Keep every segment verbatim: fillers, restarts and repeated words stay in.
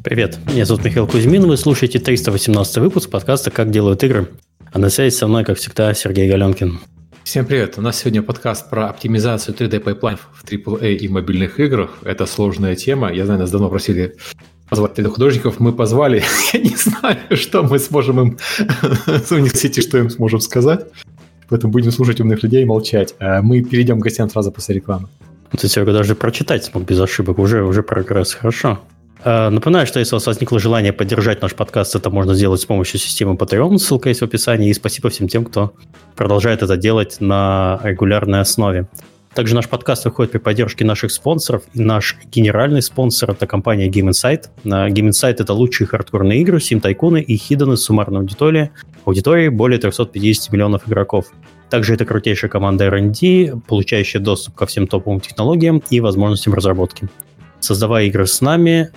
Привет, меня зовут Михаил Кузьмин, вы слушаете триста восемнадцатый выпуск подкаста «Как делают игры». А на связи со мной, как всегда, Сергей Галенкин. Всем привет! У нас сегодня подкаст про оптимизацию три дэ-пайплайнов в трипл эй и мобильных играх. Это сложная тема. Я знаю, нас давно просили позвать три дэ-художников. Мы позвали. Я не знаю, что мы сможем им унести, что им сможем сказать. Поэтому будем слушать умных людей и молчать. Мы перейдем к гостям сразу после рекламы. Ты, Серега, даже прочитать смог без ошибок. Уже, уже прогресс. Хорошо. Напоминаю, что если у вас возникло желание поддержать наш подкаст, это можно сделать с помощью системы Patreon, ссылка есть в описании, и спасибо всем тем, кто продолжает это делать на регулярной основе. Также наш подкаст выходит при поддержке наших спонсоров, и наш генеральный спонсор – это компания Game Insight. Game Insight – это лучшие хардкорные игры, сим-тайкуны и хиданы с суммарной аудиторией, аудиторией более триста пятьдесят миллионов игроков. Также это крутейшая команда ар энд ди, получающая доступ ко всем топовым технологиям и возможностям разработки. Создавая игры с нами,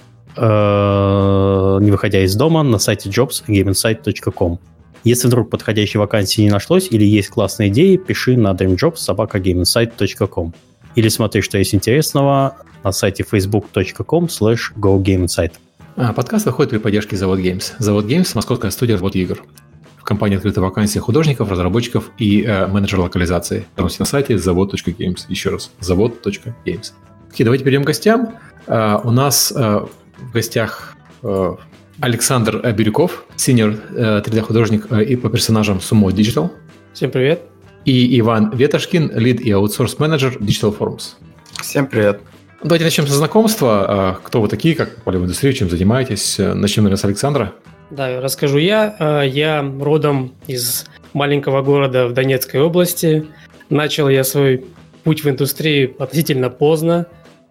не выходя из дома, на сайте jobs точка gameinsight точка com. Если вдруг подходящей вакансии не нашлось или есть классные идеи, пиши на dreamjobs собака gameinsight точка com. Или смотри, что есть интересного на сайте facebook точка com слэш go gameinsight. А, подкаст выходит при поддержке Завод Games. Завод Games – московская студия разработки игр. В компании открыты вакансии художников, разработчиков и э, менеджера локализации. Подробности на сайте завод точка games. Еще раз, завод точка games. Окей, давайте перейдем к гостям. Uh, у нас uh, в гостях uh, Александр Бирюков, синьор uh, три дэ-художник uh, и по персонажам Sumo Digital. Всем привет. И Иван Ветошкин, лид и аутсорс-менеджер Digital Forums. Всем привет. Давайте начнем со знакомства. Uh, кто вы такие, как попали в индустрию, чем занимаетесь? Uh, начнем, наверное, с Александра. Да, расскажу я. Uh, я родом из маленького города в Донецкой области. Начал я свой путь в индустрии относительно поздно.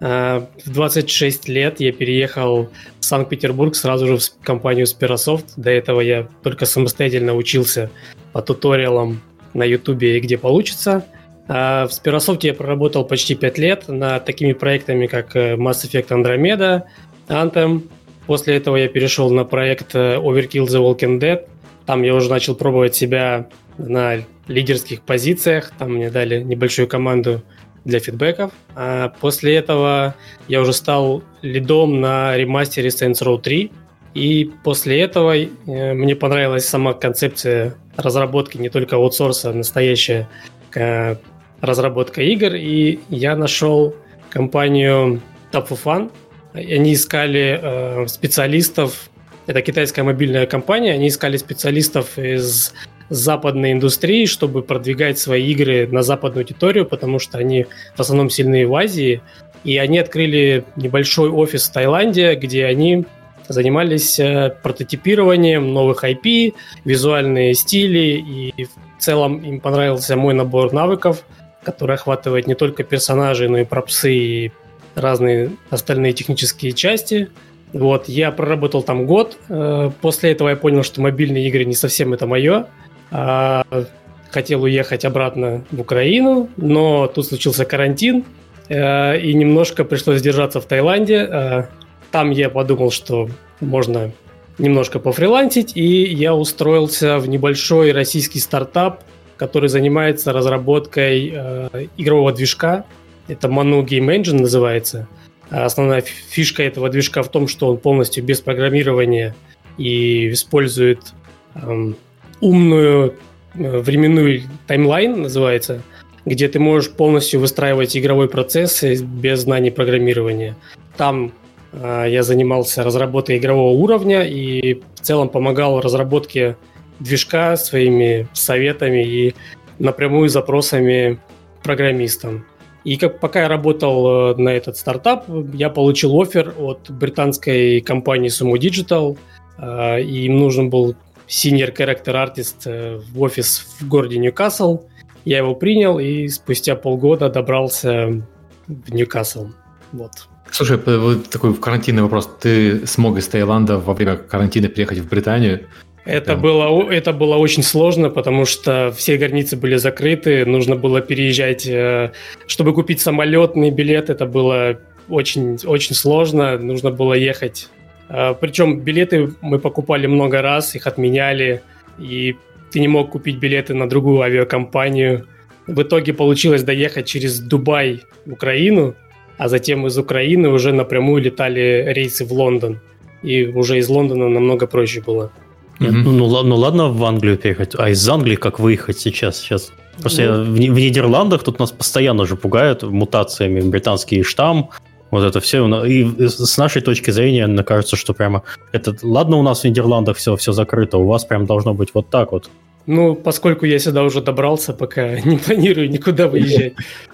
В двадцать шесть лет я переехал в Санкт-Петербург сразу же в компанию Sperasoft. До этого я только самостоятельно учился по туториалам на Ютубе и где получится. В Sperasoft я проработал почти пять лет над такими проектами, как Mass Effect Andromeda, Anthem. После этого я перешел на проект Overkill The Walking Dead. Там я уже начал пробовать себя на лидерских позициях. Там мне дали небольшую команду для фидбэков. А после этого я уже стал лидом на ремастере Saints Row три. И после этого э, мне понравилась сама концепция разработки не только аутсорса, а настоящая э, разработка игр. И я нашел компанию Top for Fun. Они искали э, специалистов. Это китайская мобильная компания. Они искали специалистов из западной индустрии, чтобы продвигать свои игры на западную аудиторию, потому что они в основном сильны в Азии. И они открыли небольшой офис в Таиланде, где они занимались прототипированием новых ай пи, визуальные стили. И в целом им понравился мой набор навыков, который охватывает не только персонажей, но и пропсы и разные остальные технические части. Вот, я проработал там год. После этого я понял, что мобильные игры не совсем это мое. Хотел уехать обратно в Украину, но тут случился карантин, и немножко пришлось держаться в Таиланде. Там я подумал, что можно немножко пофрилансить, и я устроился в небольшой российский стартап, который занимается разработкой игрового движка. Это Manu Game Engine называется. Основная фишка этого движка в том, что он полностью без программирования и использует эм, умную э, временную таймлайн, называется, где ты можешь полностью выстраивать игровой процесс без знаний программирования. Там э, я занимался разработкой игрового уровня и в целом помогал разработке движка своими советами и напрямую запросами программистам. И как, пока я работал на этот стартап, я получил оффер от британской компании Sumo Digital, э, и им нужен был senior character artist в офис в городе Ньюкасл. Я его принял и спустя полгода добрался в Ньюкасл. Вот. Слушай, вот такой карантинный вопрос. Ты смог из Таиланда во время карантина приехать в Британию? Это было, это было очень сложно, потому что все границы были закрыты, нужно было переезжать, чтобы купить самолетный билет, это было очень, очень сложно, нужно было ехать. Причем билеты мы покупали много раз, их отменяли, и ты не мог купить билеты на другую авиакомпанию. В итоге получилось доехать через Дубай в Украину, а затем из Украины уже напрямую летали рейсы в Лондон. и уже из Лондона намного проще было. Нет, mm-hmm. ну, ну, ну ладно в Англию переехать, а из Англии как выехать сейчас? Сейчас просто mm-hmm. в, в Нидерландах тут нас постоянно же пугают мутациями, британский штамм, вот это все. И с нашей точки зрения, мне кажется, что прямо это ладно, у нас в Нидерландах все, все закрыто, у вас прям должно быть вот так вот. Ну, поскольку я сюда уже добрался, пока не планирую никуда выезжать.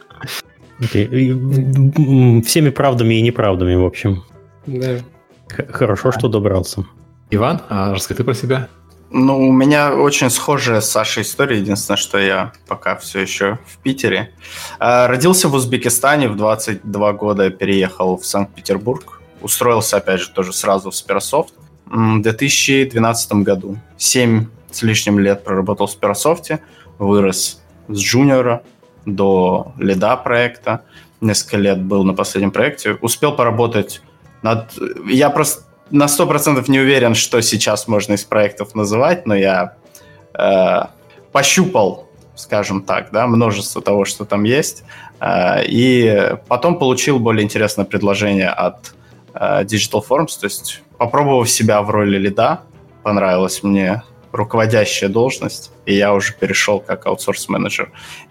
Okay. Всеми правдами и неправдами, в общем. Да. Хорошо, что добрался. Иван, а расскажи про себя. Ну, у меня очень схожая с Сашей история. Единственное, что я пока все еще в Питере. Родился в Узбекистане, в двадцать два года переехал в Санкт-Петербург. Устроился, опять же, тоже сразу в Sperasoft в две тысячи двенадцатом году. Семь с лишним лет проработал в Sperasoft, вырос с джуниора до лида проекта. Несколько лет был на последнем проекте. Успел поработать над... Я просто на сто процентов не уверен, что сейчас можно из проектов называть, но я э, пощупал, скажем так, да, множество того, что там есть. Э, и потом получил более интересное предложение от э, Digital Forms, то есть попробовав себя в роли лида, понравилась мне руководящая должность, и я уже перешел как аутсорс-менеджер.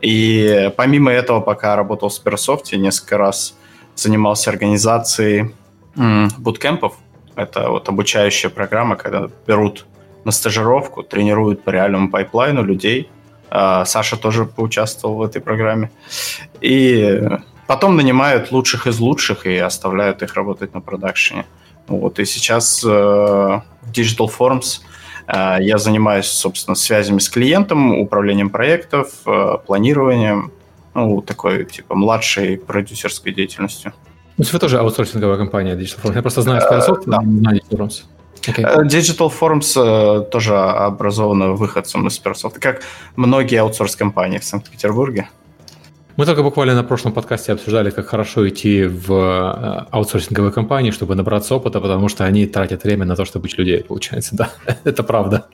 И помимо этого, пока работал в Sperasoft, несколько раз занимался организацией м- буткемпов. Это вот обучающая программа, когда берут на стажировку, тренируют по реальному пайплайну людей. Саша тоже поучаствовал в этой программе. И потом нанимают лучших из лучших и оставляют их работать на продакшене. Вот. И сейчас в Digital Forms я занимаюсь, собственно, связями с клиентом, управлением проектов, планированием, ну, такой, типа, младшей продюсерской деятельностью. Ну, это тоже аутсорсинговая компания Digital Forms. Я просто знаю Sperasoft, но не знаю Digital Forms. Okay. Digital Forms uh, тоже образована выходцем из Sperasoft, как многие аутсорс-компании в Санкт-Петербурге. Мы только буквально на прошлом подкасте обсуждали, как хорошо идти в аутсорсинговые компании, чтобы набраться опыта, потому что они тратят время на то, чтобы учить людей, получается, да. Это правда.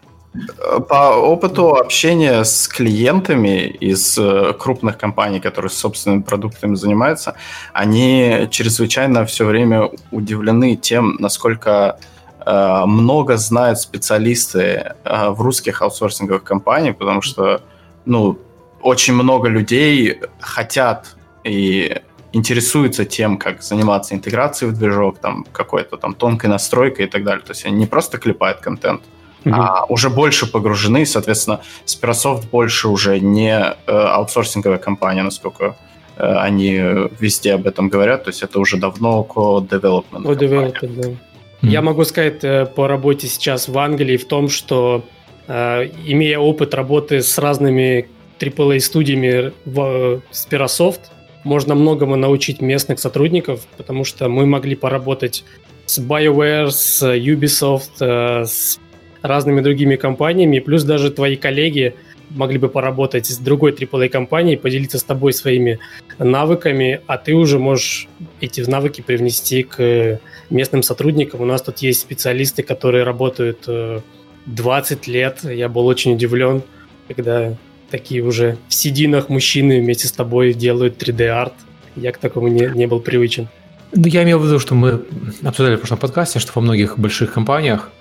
По опыту общения с клиентами из крупных компаний, которые собственными продуктами занимаются, они чрезвычайно все время удивлены тем, насколько э, много знают специалисты э, в русских аутсорсинговых компаниях, потому что, ну, очень много людей хотят и интересуются тем, как заниматься интеграцией в движок, там, какой-то там тонкой настройкой и так далее. То есть они не просто клепают контент, Mm-hmm. а уже больше погружены, соответственно, Sperasoft больше уже не э, аутсорсинговая компания, насколько э, они везде об этом говорят, то есть это уже давно co-development. Co-development, да. Mm-hmm. Я могу сказать э, по работе сейчас в Англии в том, что э, имея опыт работы с разными трипл эй-студиями в Sperasoft, можно многому научить местных сотрудников, потому что мы могли поработать с BioWare, с Ubisoft, э, с разными другими компаниями, плюс даже твои коллеги могли бы поработать с другой трипл эй-компанией, поделиться с тобой своими навыками, а ты уже можешь эти навыки привнести к местным сотрудникам. У нас тут есть специалисты, которые работают двадцать лет. Я был очень удивлен, когда такие уже в сединах мужчины вместе с тобой делают три дэ-арт. Я к такому не, не был привычен. Ну, я имел в виду, что мы обсуждали в прошлом подкасте, что во многих больших компаниях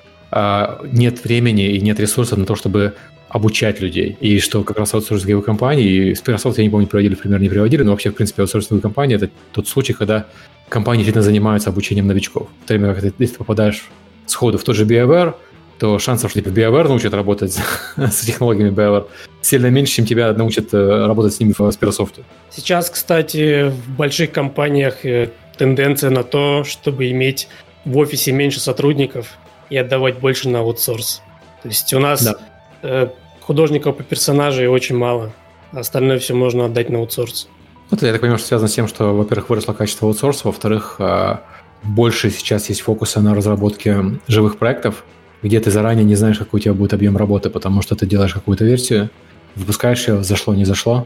нет времени и нет ресурсов на то, чтобы обучать людей. И что как раз аутсорсинговые компании, и Sperasoft, я не помню, приводили пример, не приводили, но вообще, в принципе, аутсорсинговые компании – это тот случай, когда компании действительно занимаются обучением новичков. В то время как ты, если ты попадаешь сходу в тот же BioWare, то шансов, что типа BioWare научат работать с технологиями BioWare сильно меньше, чем тебя научат работать с ними в Sperasoft. Сейчас, кстати, в больших компаниях тенденция на то, чтобы иметь в офисе меньше сотрудников и отдавать больше на аутсорс. То есть у нас да. э, художников по персонажей очень мало, а остальное все можно отдать на аутсорс. Это, я так понимаю, что связано с тем, что, во-первых, выросло качество аутсорса, во-вторых, э, больше сейчас есть фокуса на разработке живых проектов, где ты заранее не знаешь, какой у тебя будет объем работы, потому что ты делаешь какую-то версию, выпускаешь ее, зашло, не зашло,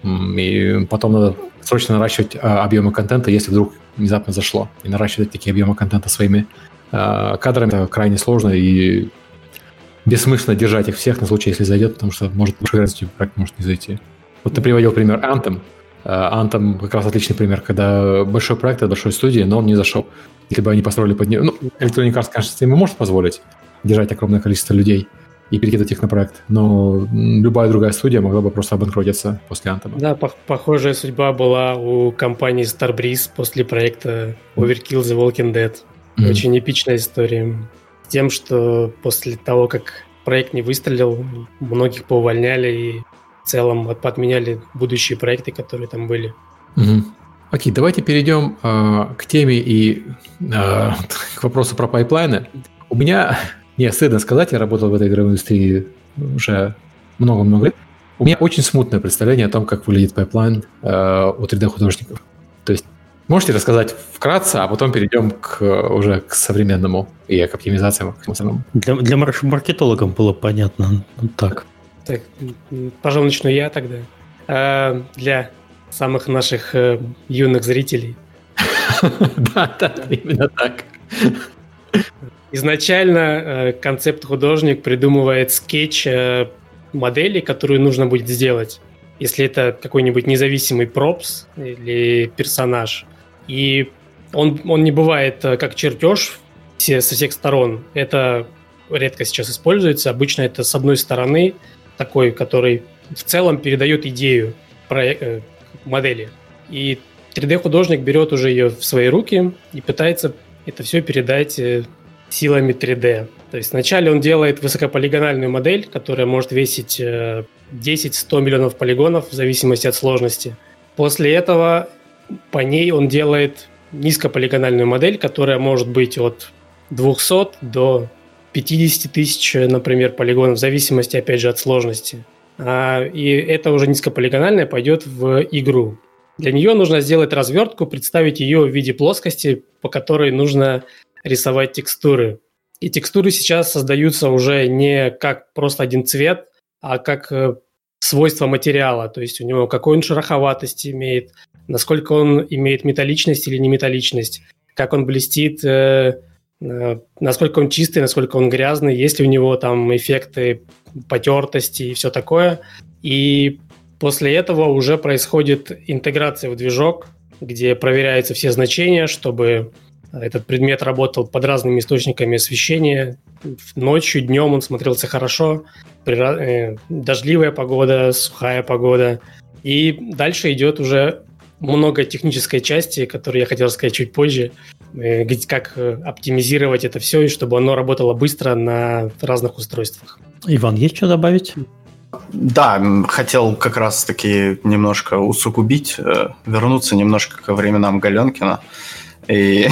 и потом надо срочно наращивать а, объемы контента, если вдруг внезапно зашло. И наращивать такие объемы контента своими а, кадрами это крайне сложно и бессмысленно держать их всех на случай, если зайдет, потому что может проект может не зайти. Вот ты приводил пример Anthem. Anthem как раз отличный пример, когда большой проект от большой студии, но он не зашел. Если бы они построили под него... Ну, Electronic Arts, конечно, им может позволить держать огромное количество людей и перекидывать их на проект, но любая другая студия могла бы просто обанкротиться после Anthem. Да, по- похожая судьба была у компании Starbreeze после проекта Overkill The Walking Dead. Mm-hmm. Очень эпичная история. С тем, что после того, как проект не выстрелил, многих поувольняли и в целом отменяли будущие проекты, которые там были. Угу. Окей, давайте перейдем э, к теме и э, к вопросу про пайплайны. У меня, не, стыдно сказать, я работал в этой игровой индустрии уже много-много лет. У меня очень смутное представление о том, как выглядит пайплайн э, у три дэ-художников. То есть можете рассказать вкратце, а потом перейдем к, уже к современному и к оптимизациям. Для, для маркетологов было понятно. Так. Так, пожалуй, начну я тогда. А, для самых наших э, юных зрителей. Да, да, именно так. Изначально э, концепт-художник придумывает скетч э, модели, которую нужно будет сделать. Если это какой-нибудь независимый пропс или персонаж. И он, он не бывает э, как чертеж все, со всех сторон. Это редко сейчас используется. Обычно это с одной стороны такой, который в целом передает идею проек- э, модели. И три дэ-художник берет уже ее в свои руки и пытается это все передать э, силами три дэ. То есть вначале он делает высокополигональную модель, которая может весить э, десять-сто миллионов полигонов в зависимости от сложности. После этого по ней он делает низкополигональную модель, которая может быть от двухсот до пятьдесят тысяч, например, полигонов, в зависимости, опять же, от сложности. А, и это уже низкополигональная пойдет в игру. Для нее нужно сделать развертку, представить ее в виде плоскости, по которой нужно рисовать текстуры. И текстуры сейчас создаются уже не как просто один цвет, а как э, свойства материала. То есть у него какой он шероховатость имеет, насколько он имеет металличность или неметалличность, как он блестит, э, насколько он чистый, насколько он грязный, есть ли у него там эффекты потертости и все такое. И после этого уже происходит интеграция в движок, где проверяются все значения, чтобы этот предмет работал под разными источниками освещения. Ночью, днем он смотрелся хорошо, дождливая погода, сухая погода. И дальше идет уже много технической части, которую я хотел сказать чуть позже, как оптимизировать это все, и чтобы оно работало быстро на разных устройствах. Иван, есть что добавить? Да, хотел как раз-таки немножко усугубить, вернуться немножко ко временам Галенкина и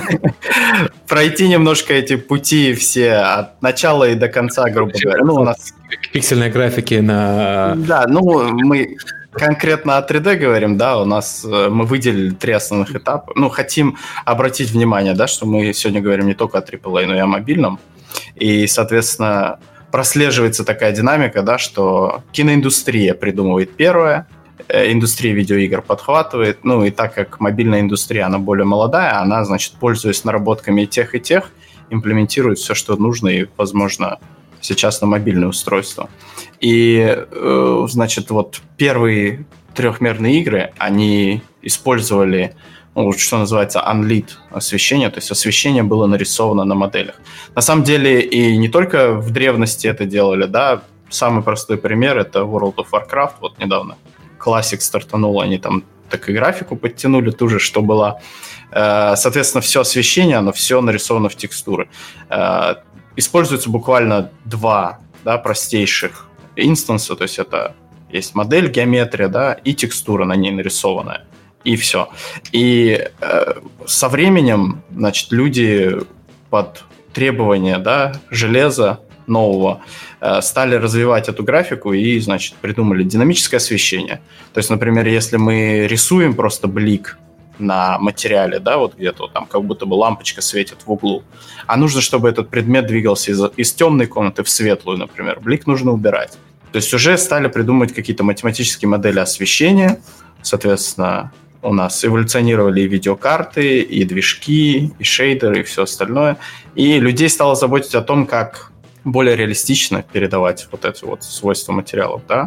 пройти немножко эти пути все от начала и до конца, грубо говоря. Ну, у нас пиксельные графики на... Да, ну, мы конкретно о три дэ говорим, да, у нас мы выделили три основных этапа. Ну, хотим обратить внимание, да, что мы сегодня говорим не только о трипл эй, но и о мобильном. И, соответственно, прослеживается такая динамика, да, что киноиндустрия придумывает первое, индустрия видеоигр подхватывает, ну, и так как мобильная индустрия, она более молодая, она, значит, пользуясь наработками и тех, и тех, имплементирует все, что нужно, и, возможно, сейчас на мобильное устройство. И, значит, вот первые трехмерные игры, они использовали, ну, что называется, unlit освещение, то есть освещение было нарисовано на моделях. На самом деле и не только в древности это делали, да, самый простой пример — это World of Warcraft, вот недавно Classic стартанул, они там так и графику подтянули ту же, что была. Соответственно, все освещение, оно все нарисовано в текстуры. Используются буквально два, да, простейших инстанса, то есть это есть модель, геометрия, да, и текстура на ней нарисованная, и все. И э, со временем, значит, люди под требования, да, железа нового э, стали развивать эту графику и, значит, придумали динамическое освещение. То есть, например, если мы рисуем просто блик на материале, да, вот где-то вот там как будто бы лампочка светит в углу, а нужно, чтобы этот предмет двигался из, из темной комнаты в светлую, например, блик нужно убирать. То есть уже стали придумывать какие-то математические модели освещения, соответственно, у нас эволюционировали и видеокарты, и движки, и шейдеры, и все остальное, и людей стало заботить о том, как более реалистично передавать вот эти вот свойства материалов, да.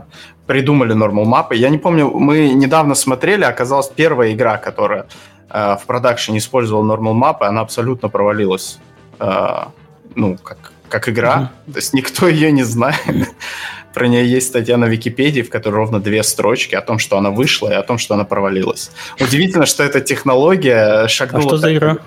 придумали normal мапы. Я не помню, мы недавно смотрели, оказалось, первая игра, которая э, в продакшене использовала normal мапы, она абсолютно провалилась. Э, ну, как, как игра. Mm-hmm. То есть никто ее не знает. Про нее есть статья на Википедии, в которой ровно две строчки о том, что она вышла, и о том, что она провалилась. Удивительно, что эта технология шагнула... А что за игра?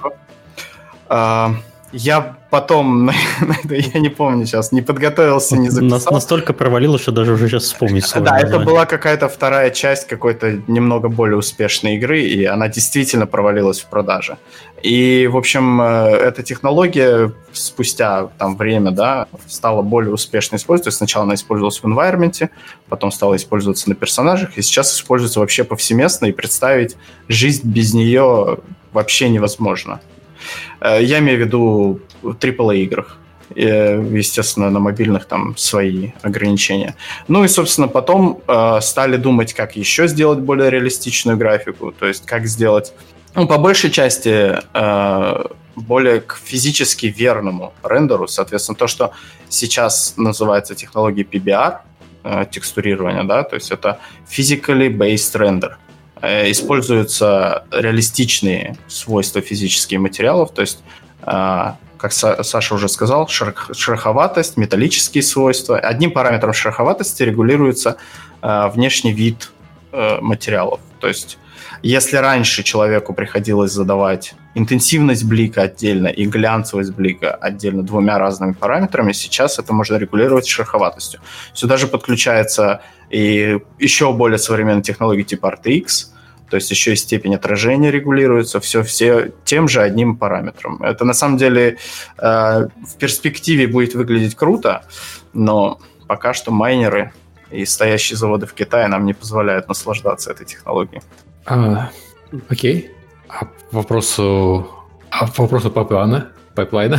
Uh, я потом, я не помню сейчас, не подготовился, не записал. Настолько провалилось, что даже уже сейчас вспомнить сложно. Да, это была какая-то вторая часть какой-то немного более успешной игры, и она действительно провалилась в продаже. И, в общем, эта технология спустя там время, да, стала более успешно использоваться. Сначала она использовалась в environment, потом стала использоваться на персонажах, и сейчас используется вообще повсеместно, и представить жизнь без нее вообще невозможно. Я имею в виду трипл эй играх. Естественно, на мобильных там свои ограничения. Ну и, собственно, потом э, стали думать, как еще сделать более реалистичную графику, то есть как сделать, ну, по большей части, э, более к физически верному рендеру. Соответственно, то, что сейчас называется технологией пи би ар, э, текстурирование, да, то есть это physically based render. Используются реалистичные свойства физических материалов, то есть, как Саша уже сказал, шероховатость, металлические свойства. Одним параметром шероховатости регулируется внешний вид материалов. То есть, если раньше человеку приходилось задавать интенсивность блика отдельно и глянцевость блика отдельно двумя разными параметрами, сейчас это можно регулировать шероховатостью. Сюда же подключается и еще более современные технологии типа ар ти экс, то есть еще и степень отражения регулируется, все, все тем же одним параметром. Это на самом деле э, в перспективе будет выглядеть круто, но пока что майнеры и стоящие заводы в Китае нам не позволяют наслаждаться этой технологией. А, окей. А по вопросу, а по вопросу пайплайна? пайплайна?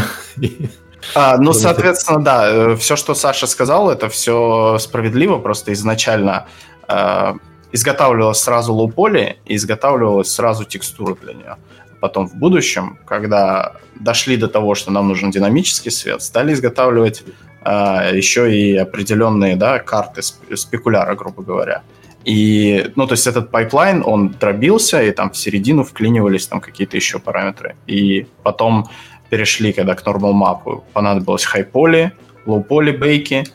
А, ну, соответственно, да, все, что Саша сказал, это все справедливо, просто изначально э, изготавливалось сразу лоу-поли и изготавливалась сразу текстура для нее. Потом в будущем, когда дошли до того, что нам нужен динамический свет, стали изготавливать э, еще и определенные, да, карты спекуляра, грубо говоря. И, ну, то есть этот пайплайн, он дробился, и там в середину вклинивались там какие-то еще параметры. И потом перешли, когда к normal map понадобилось high-poly, low-poly бейки,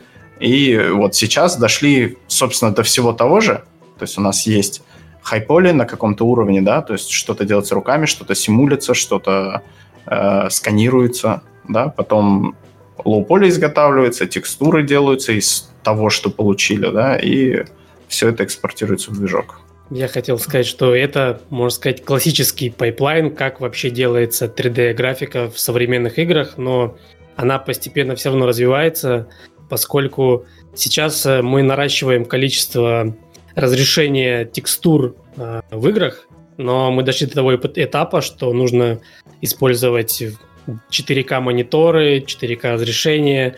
и вот сейчас дошли, собственно, до всего того же. То есть у нас есть high-poly на каком-то уровне, да, то есть что-то делается руками, что-то симулится, что-то э, сканируется, да, потом low-poly изготавливается, текстуры делаются из того, что получили, да, и все это экспортируется в движок. Я хотел сказать, что это, можно сказать, классический пайплайн, как вообще делается три дэ-графика в современных играх, но она постепенно все равно развивается, поскольку сейчас мы наращиваем количество разрешения текстур э, в играх, но мы дошли до того этапа, что нужно использовать четыре ка мониторы, четыре ка разрешение,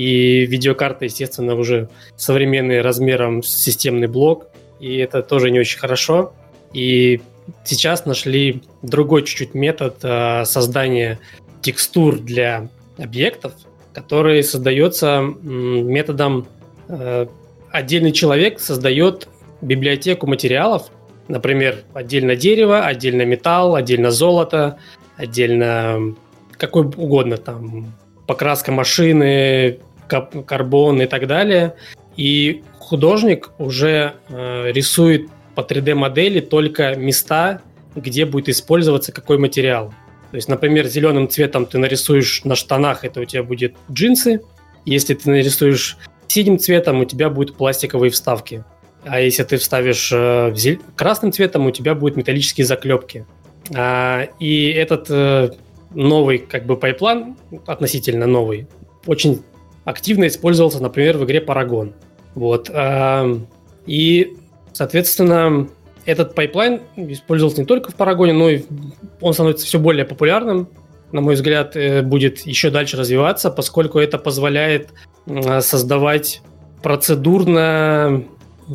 и видеокарта, естественно, уже современные размером системный блок, и это тоже не очень хорошо. И сейчас нашли другой чуть-чуть метод э, создания текстур для объектов, который создается м, методом э, отдельный человек создает библиотеку материалов, например, отдельно дерево, отдельно металл, отдельно золото, отдельно какой угодно, там, покраска машины, карбон и так далее. И художник уже э, рисует по три дэ-модели только места, где будет использоваться какой материал. То есть, например, зеленым цветом ты нарисуешь на штанах, это у тебя будет джинсы. Если ты нарисуешь синим цветом, у тебя будут пластиковые вставки. А если ты вставишь э, зел... красным цветом, у тебя будут металлические заклепки. А, и этот э, новый как бы пайплайн, относительно новый, очень активно использовался, например, в игре Paragon. Вот. А, и, соответственно, этот пайплайн использовался не только в Paragon, но и он становится все более популярным. На мой взгляд, будет еще дальше развиваться, поскольку это позволяет создавать процедурно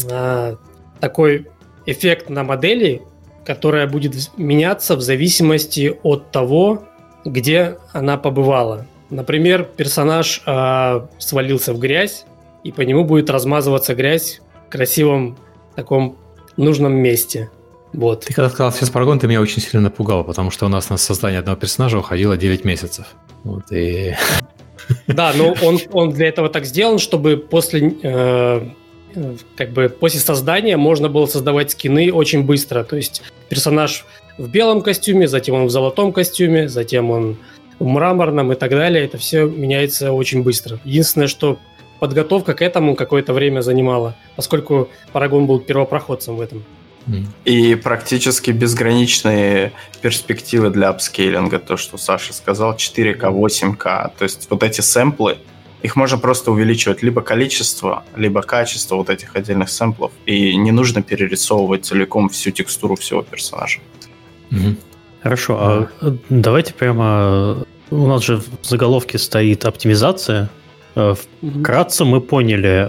такой эффект на модели, которая будет меняться в зависимости от того, где она побывала. Например, персонаж э, свалился в грязь, и по нему будет размазываться грязь красивом таком нужном месте. Вот. Ты когда сказал сейчас Paragon, ты меня очень сильно напугал, потому что у нас на создание одного персонажа уходило девять месяцев. Вот, и... Да, но он, он для этого так сделан, чтобы после, э, как бы после создания можно было создавать скины очень быстро. То есть персонаж в белом костюме, затем он в золотом костюме, затем он в мраморном и так далее. Это все меняется очень быстро. Единственное, что подготовка к этому какое-то время занимала, поскольку Paragon был первопроходцем в этом. И практически безграничные перспективы для апскейлинга, то, что Саша сказал, четыре ка, восемь ка. То есть вот эти сэмплы, их можно просто увеличивать либо количество, либо качество вот этих отдельных сэмплов, и не нужно перерисовывать целиком всю текстуру всего персонажа. Угу. Хорошо, а давайте прямо... У нас же в заголовке стоит оптимизация. Вкратце мы поняли,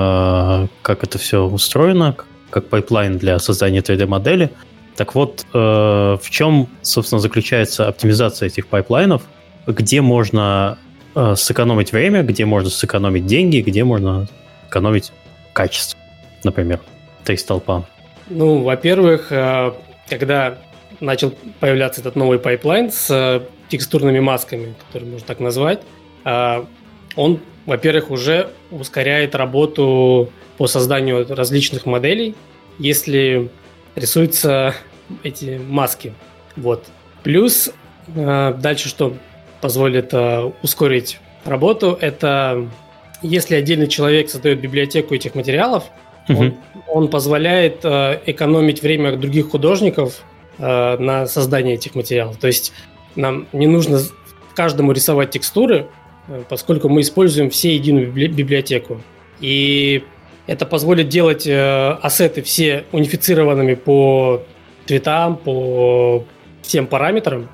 как это все устроено, как пайплайн для создания три дэ-модели. Так вот, э, в чем, собственно, заключается оптимизация этих пайплайнов, где можно э, сэкономить время, где можно сэкономить деньги, где можно сэкономить качество, например, три столпа. Ну, во-первых, э, когда начал появляться этот новый пайплайн с э, текстурными масками, которые можно так назвать, э, он, во-первых, уже ускоряет работу по созданию различных моделей, если рисуются эти маски. Вот. Плюс э, дальше, что позволит э, ускорить работу, это если отдельный человек создает библиотеку этих материалов, mm-hmm. он, он позволяет э, экономить время других художников э, на создание этих материалов. То есть нам не нужно каждому рисовать текстуры, э, поскольку мы используем все единую библи- библиотеку. И это позволит делать э, ассеты все унифицированными по цветам, по всем параметрам,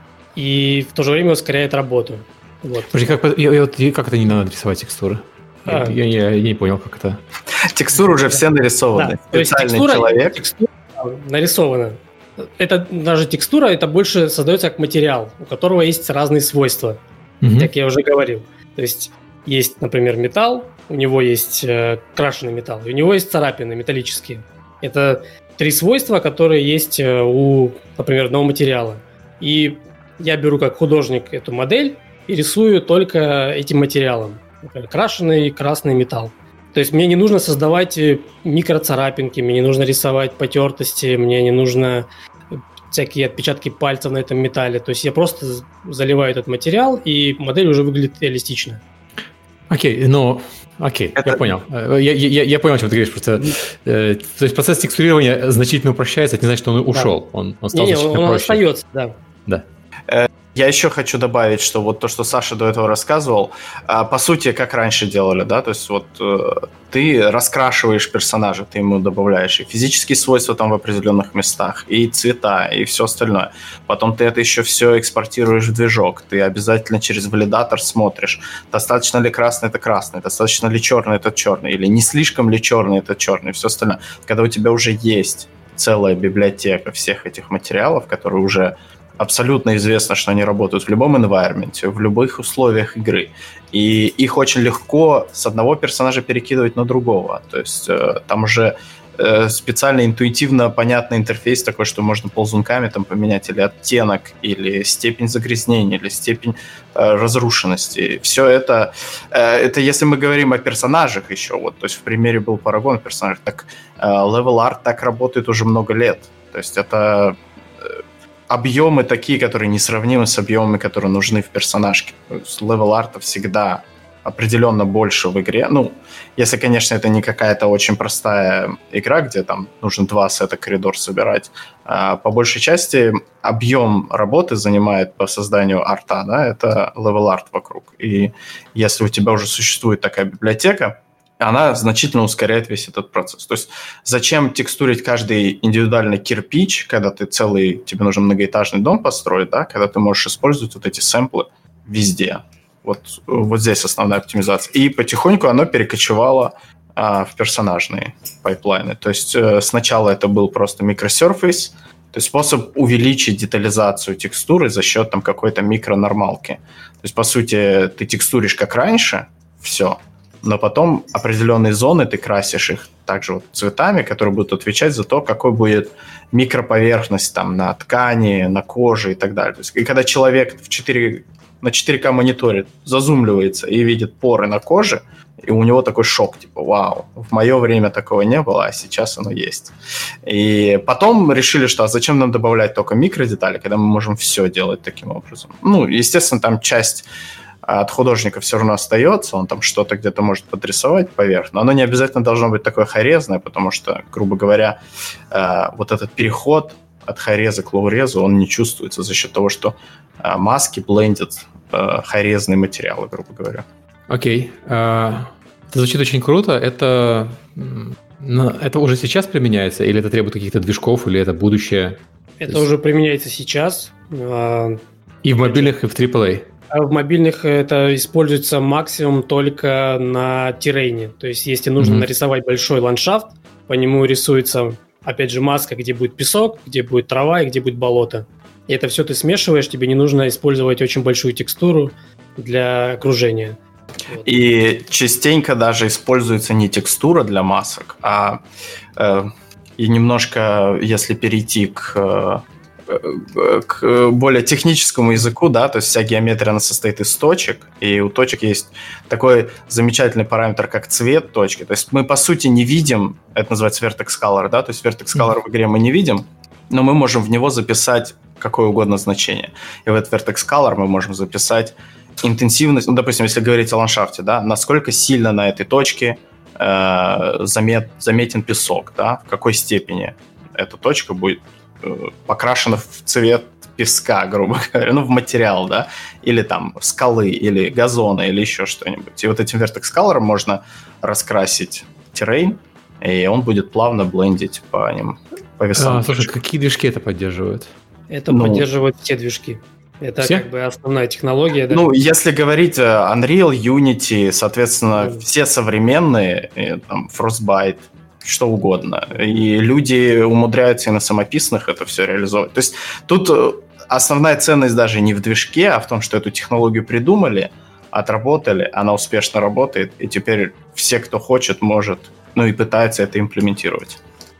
и в то же время ускоряет работу. Вот. Подожди, как, я, я, как это не надо рисовать текстуры? А. Я, я, я не понял, как это. Текстуры уже все нарисованы. Да, специальный текстура, человек. Текстура нарисована. Это даже текстура, это больше создается как материал, у которого есть разные свойства, угу. как я уже говорил. То есть есть, например, металл, у него есть э, крашеный металл, и у него есть царапины металлические. Это три свойства, которые есть э, у, например, одного материала. И я беру как художник эту модель и рисую только этим материалом. Например, крашеный красный металл. То есть мне не нужно создавать микроцарапинки, мне не нужно рисовать потертости, мне не нужно всякие отпечатки пальцев на этом металле. То есть я просто заливаю этот материал, и модель уже выглядит реалистично. Окей, okay, ну, окей, okay, это... я понял. Я, я, я понял, о чем ты говоришь. Просто, э, то есть процесс текстурирования значительно упрощается, это не значит, что он ушел. Да. Он, он стал не, значительно не, он проще. остается, да. Да. Я еще хочу добавить, что вот то, что Саша до этого рассказывал, по сути, как раньше делали, да, то есть вот ты раскрашиваешь персонажа, ты ему добавляешь и физические свойства там в определенных местах, и цвета, и все остальное. Потом ты это еще все экспортируешь в движок, ты обязательно через валидатор смотришь, достаточно ли красный это красный, достаточно ли черный это черный, или не слишком ли черный это черный, и все остальное. Когда у тебя уже есть целая библиотека всех этих материалов, которые уже абсолютно известно, что они работают в любом environment, в любых условиях игры. И их очень легко с одного персонажа перекидывать на другого. То есть э, там уже э, специально интуитивно понятный интерфейс такой, что можно ползунками там поменять или оттенок, или степень загрязнения, или степень э, разрушенности. Все это, э, это если мы говорим о персонажах еще, вот, то есть в примере был Paragon персонаж, так э, Level Art так работает уже много лет. То есть это объемы такие, которые несравнимы с объемами, которые нужны в персонажке. Левел-арта всегда определенно больше в игре. Ну, если, конечно, это не какая-то очень простая игра, где там нужно два сета коридор собирать. А по большей части объем работы занимает по созданию арта, да, это левел-арт вокруг. И если у тебя уже существует такая библиотека, она значительно ускоряет весь этот процесс. То есть зачем текстурить каждый индивидуальный кирпич, когда ты целый, тебе нужен многоэтажный дом построить, да, когда ты можешь использовать вот эти сэмплы везде. Вот, вот здесь основная оптимизация. И потихоньку оно перекочевало а, в персонажные пайплайны. То есть э, сначала это был просто микросерфейс, то есть способ увеличить детализацию текстуры за счет там какой-то микронормалки. То есть, по сути, ты текстуришь как раньше, все, но потом определенные зоны ты красишь их также вот цветами, которые будут отвечать за то, какой будет микроповерхность там на ткани, на коже и так далее. То есть, и когда человек в четыре, на четыре ка мониторе зазумливается и видит поры на коже, и у него такой шок, типа, вау, в мое время такого не было, а сейчас оно есть. И потом решили, что а зачем нам добавлять только микродетали, когда мы можем все делать таким образом. Ну, естественно, там часть от художника все равно остается, он там что-то где-то может подрисовать поверх, но оно не обязательно должно быть такое хорезное, потому что, грубо говоря, э, вот этот переход от хореза к лоурезу, он не чувствуется за счет того, что э, маски блендят э, хорезные материалы, грубо говоря. Окей. Okay. Uh, это звучит очень круто. Это, это уже сейчас применяется, или это требует каких-то движков, или это будущее? Это есть... уже применяется сейчас. И в мобильных, и в трипл эй? А в мобильных это используется максимум только на террейне. То есть, если нужно mm-hmm. нарисовать большой ландшафт, по нему рисуется, опять же, маска, где будет песок, где будет трава и где будет болото. И это все ты смешиваешь, тебе не нужно использовать очень большую текстуру для окружения. Вот. И частенько даже используется не текстура для масок, а э, и немножко, если перейти к... к более техническому языку, да, то есть вся геометрия, она состоит из точек, и у точек есть такой замечательный параметр, как цвет точки. То есть мы, по сути, не видим, это называется vertex color, да, то есть vertex color mm-hmm. в игре мы не видим, но мы можем в него записать какое угодно значение. И в этот vertex color мы можем записать интенсивность, ну, допустим, если говорить о ландшафте, да, насколько сильно на этой точке э, замет, заметен песок, да, в какой степени эта точка будет покрашено в цвет песка, грубо говоря, ну, в материал, да, или там скалы, или газона, или еще что-нибудь. И вот этим vertex color можно раскрасить террейн, и он будет плавно блендить по ним, по весам. А, слушай, какие движки это поддерживают? Это ну, поддерживают все движки. Это все? Как бы основная технология. Да? Ну, если говорить Unreal, Unity, соответственно, mm. все современные, там, Frostbite, что угодно. И люди умудряются и на самописных это все реализовывать. То есть тут основная ценность даже не в движке, а в том, что эту технологию придумали, отработали, она успешно работает, и теперь все, кто хочет, может, ну и пытается это имплементировать.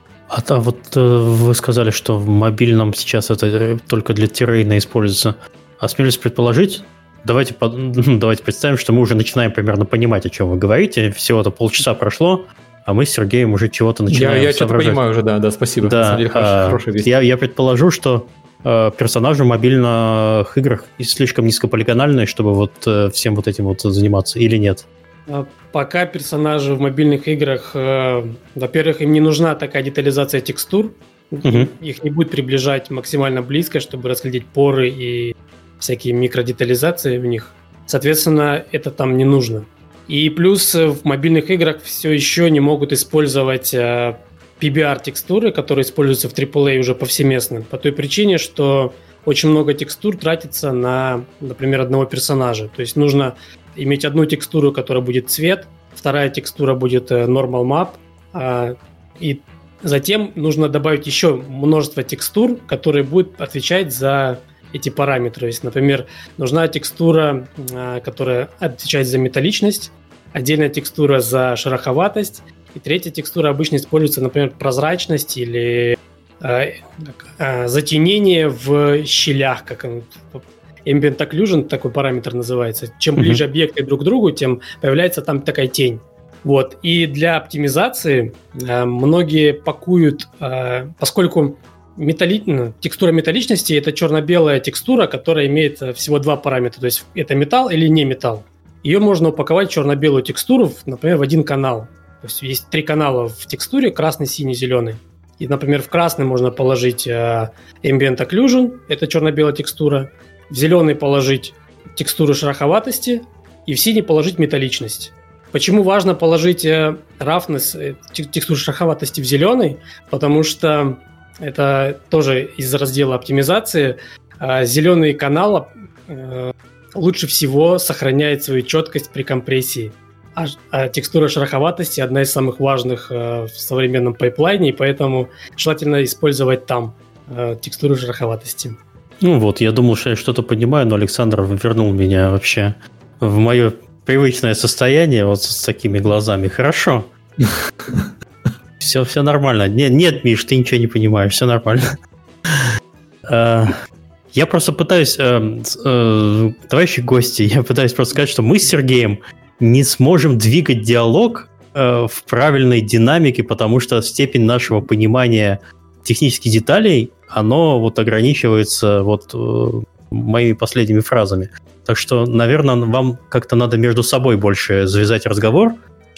А то вот э, вы сказали, что в мобильном сейчас это только для террейна используется. Осмелюсь предположить, давайте, давайте представим, что мы уже начинаем примерно понимать, о чем вы говорите. Всего-то полчаса прошло, а мы с Сергеем уже чего-то начинаем Я, я что-то понимаю уже, да, да, спасибо. Да, на самом деле, хорошая, а, хорошая вещь. Я, я предположу, что э, персонажи в мобильных играх слишком низкополигональные, чтобы вот э, всем вот этим вот заниматься, или нет? Пока персонажи в мобильных играх, э, во-первых, им не нужна такая детализация текстур, угу. Их не будет приближать максимально близко, чтобы расглядеть поры и всякие микродетализации в них. Соответственно, это там не нужно. И плюс в мобильных играх все еще не могут использовать э, пи би ар-текстуры, которые используются в трипл эй уже повсеместно, по той причине, что очень много текстур тратится на, например, одного персонажа. То есть нужно иметь одну текстуру, которая будет цвет, вторая текстура будет normal map, э, и затем нужно добавить еще множество текстур, которые будут отвечать за эти параметры. То есть, например, нужна текстура, э, которая отвечает за металличность, отдельная текстура за шероховатость, и третья текстура обычно используется, например, прозрачность или э, э, затенение в щелях, как он, Ambient Occlusion, такой параметр называется. Чем mm-hmm. ближе объекты друг к другу, тем появляется там такая тень. Вот. И для оптимизации э, многие пакуют, э, поскольку металли... текстура металличности – это черно-белая текстура, которая имеет всего два параметра. То есть это металл или не металл. Ее можно упаковать черно-белую текстуру, например, в один канал. То есть есть три канала в текстуре – красный, синий, зеленый. И, например, в красный можно положить э, Ambient Occlusion – это черно-белая текстура. В зеленый положить текстуру шероховатости. И в синий положить металличность. Почему важно положить э, roughness, э, текстуру шероховатости в зеленый? Потому что это тоже из раздела оптимизации. Э, зеленый канал э, лучше всего сохраняет свою четкость при компрессии. А, а текстура шероховатости одна из самых важных э, в современном пайплайне, и поэтому желательно использовать там э, текстуру шероховатости. Ну вот, я думал, что я что-то понимаю, но Александр вернул меня вообще в мое привычное состояние вот с такими глазами. Хорошо. Все, все нормально. Нет, нет, Миш, ты ничего не понимаешь, все нормально. Я просто пытаюсь, товарищи гости, я пытаюсь просто сказать, что мы с Сергеем не сможем двигать диалог в правильной динамике, потому что степень нашего понимания технических деталей, оно вот ограничивается вот моими последними фразами. Так что, наверное, вам как-то надо между собой больше завязать разговор,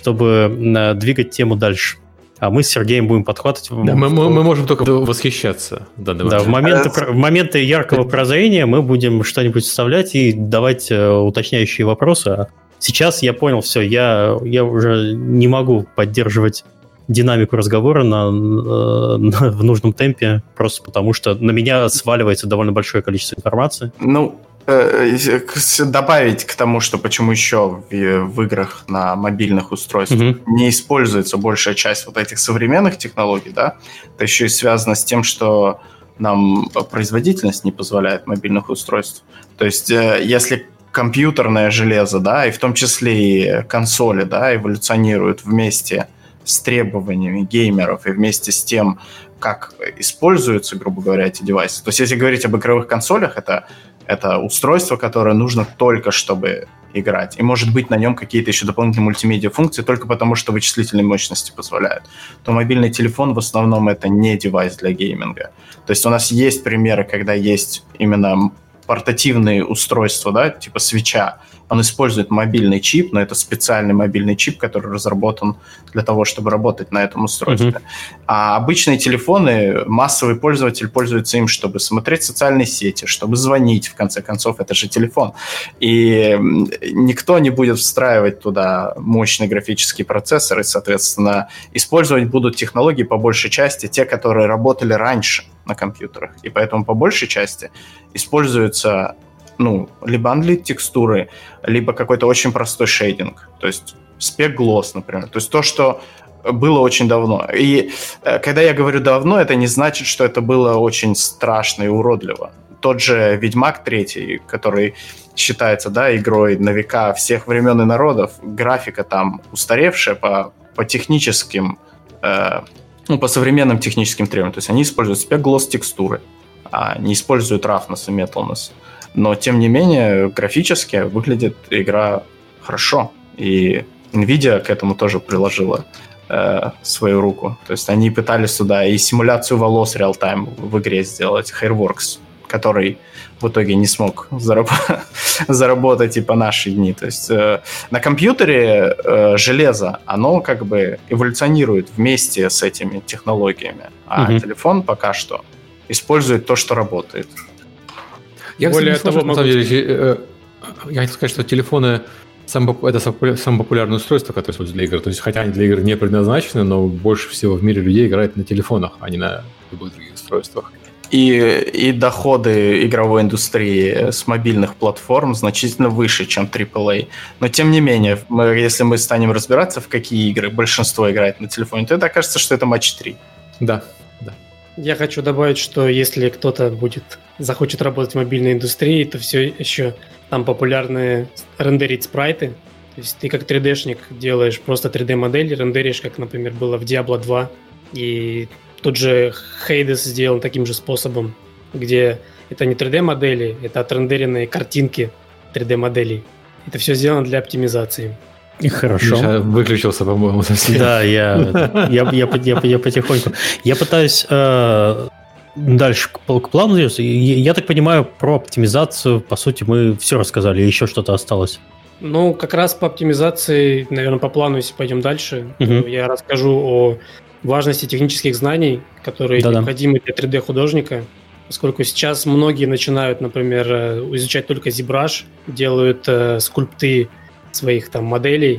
чтобы двигать тему дальше. А мы с Сергеем будем подхватывать. Да, мы, мы, мы можем только восхищаться. Да, да, в моменты, в моменты яркого прозрения мы будем что-нибудь вставлять и давать уточняющие вопросы. Сейчас я понял, все, я, я уже не могу поддерживать динамику разговора на, на, в нужном темпе, просто потому что на меня сваливается довольно большое количество информации. Ну, э, добавить к тому, что почему еще в, в играх на мобильных устройствах mm-hmm. не используется большая часть вот этих современных технологий, да, это еще и связано с тем, что нам производительность не позволяет мобильных устройств. То есть, э, если компьютерное железо, да, и в том числе и консоли, да, эволюционируют вместе с требованиями геймеров и вместе с тем, как используются, грубо говоря, эти девайсы. То есть, если говорить об игровых консолях, это, это устройство, которое нужно только, чтобы играть. И, может быть, на нем какие-то еще дополнительные мультимедиа-функции только потому, что вычислительные мощности позволяют. То мобильный телефон в основном это не девайс для гейминга. То есть, у нас есть примеры, когда есть именно портативные устройства, да, типа свитча, он использует мобильный чип, но это специальный мобильный чип, который разработан для того, чтобы работать на этом устройстве. Mm-hmm. А обычные телефоны, массовый пользователь пользуется им, чтобы смотреть социальные сети, чтобы звонить, в конце концов, это же телефон. И никто не будет встраивать туда мощный графический процессор, и, соответственно, использовать будут технологии по большей части те, которые работали раньше на компьютерах. И поэтому по большей части используются ну, либо unlit текстуры, либо какой-то очень простой шейдинг. То есть spec gloss, например. То есть то, что было очень давно. И э, когда я говорю давно, это не значит, что это было очень страшно и уродливо. Тот же Ведьмак третий, который считается, да, игрой на века всех времен и народов, графика там устаревшая по, по техническим, э, ну, по современным техническим требованиям. То есть они используют spec gloss текстуры, а не используют roughness и metalness. Но, тем не менее, графически выглядит игра хорошо. И NVIDIA к этому тоже приложила э, свою руку. То есть они пытались туда и симуляцию волос реал-тайм в игре сделать, Hairworks, который в итоге не смог зараб- заработать и по наши дни. То есть э, на компьютере э, железо, оно как бы эволюционирует вместе с этими технологиями. А mm-hmm. телефон пока что использует то, что работает. Я, Более кстати, того, на самом деле, э, я хотел сказать, что телефоны самое, это самое популярное устройство, которое используют для игр. То есть, хотя они для игр не предназначены, но больше всего в мире людей играют на телефонах, а не на любых других устройствах. И, и доходы игровой индустрии с мобильных платформ значительно выше, чем трипл эй. Но, тем не менее, мы, если мы станем разбираться, в какие игры большинство играет на телефоне, то это окажется, что это матч три. Да, да. Я хочу добавить, что если кто-то будет захочет работать в мобильной индустрии, то все еще там популярны рендерить спрайты. То есть ты как три дэ-шник делаешь просто три дэ-модель, рендеришь, как, например, было в Diablo два. И тот же Hades сделан таким же способом, где это не три дэ-модели, это отрендеренные картинки три дэ-моделей. Это все сделано для оптимизации. Хорошо. Миша выключился, по-моему, совсем. Да, я, я, я, я, я потихоньку. Я пытаюсь э, дальше к, к плану двигаться. Я, я так понимаю, про оптимизацию, по сути, мы все рассказали, еще что-то осталось. Ну, как раз по оптимизации, наверное, по плану, если пойдем дальше, uh-huh. я расскажу о важности технических знаний, которые Да-да. необходимы для три дэ-художника, поскольку сейчас многие начинают, например, изучать только ZBrush, делают э, скульпты своих там моделей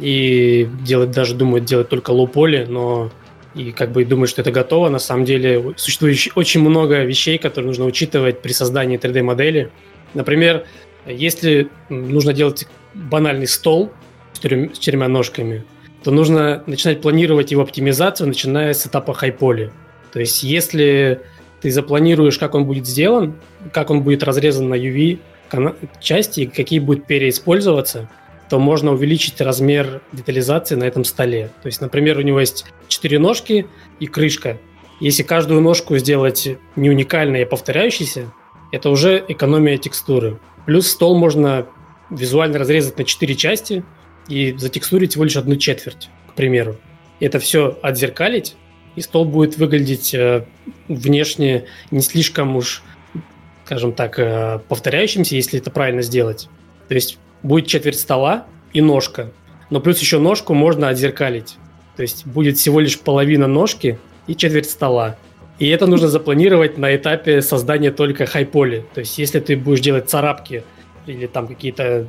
и делать, даже думают делать только лоу-поли, но и как бы думают, что это готово. На самом деле существует очень много вещей, которые нужно учитывать при создании три дэ-модели. Например, если нужно делать банальный стол с четырьмя ножками, то нужно начинать планировать его оптимизацию, начиная с этапа high-poly. То есть если ты запланируешь, как он будет сделан, как он будет разрезан на ю ви части, какие будут переиспользоваться, то можно увеличить размер детализации на этом столе. То есть, например, у него есть четыре ножки и крышка. Если каждую ножку сделать не уникальной, а повторяющейся, это уже экономия текстуры. Плюс стол можно визуально разрезать на четыре части и затекстурить всего лишь одну четверть, к примеру. Это все отзеркалить, и стол будет выглядеть э, внешне не слишком уж, скажем так, э, повторяющимся, если это правильно сделать. То есть будет четверть стола и ножка, но плюс еще ножку можно отзеркалить. То есть будет всего лишь половина ножки и четверть стола. И это нужно запланировать на этапе создания только хайполи. То есть если ты будешь делать царапки или там какие-то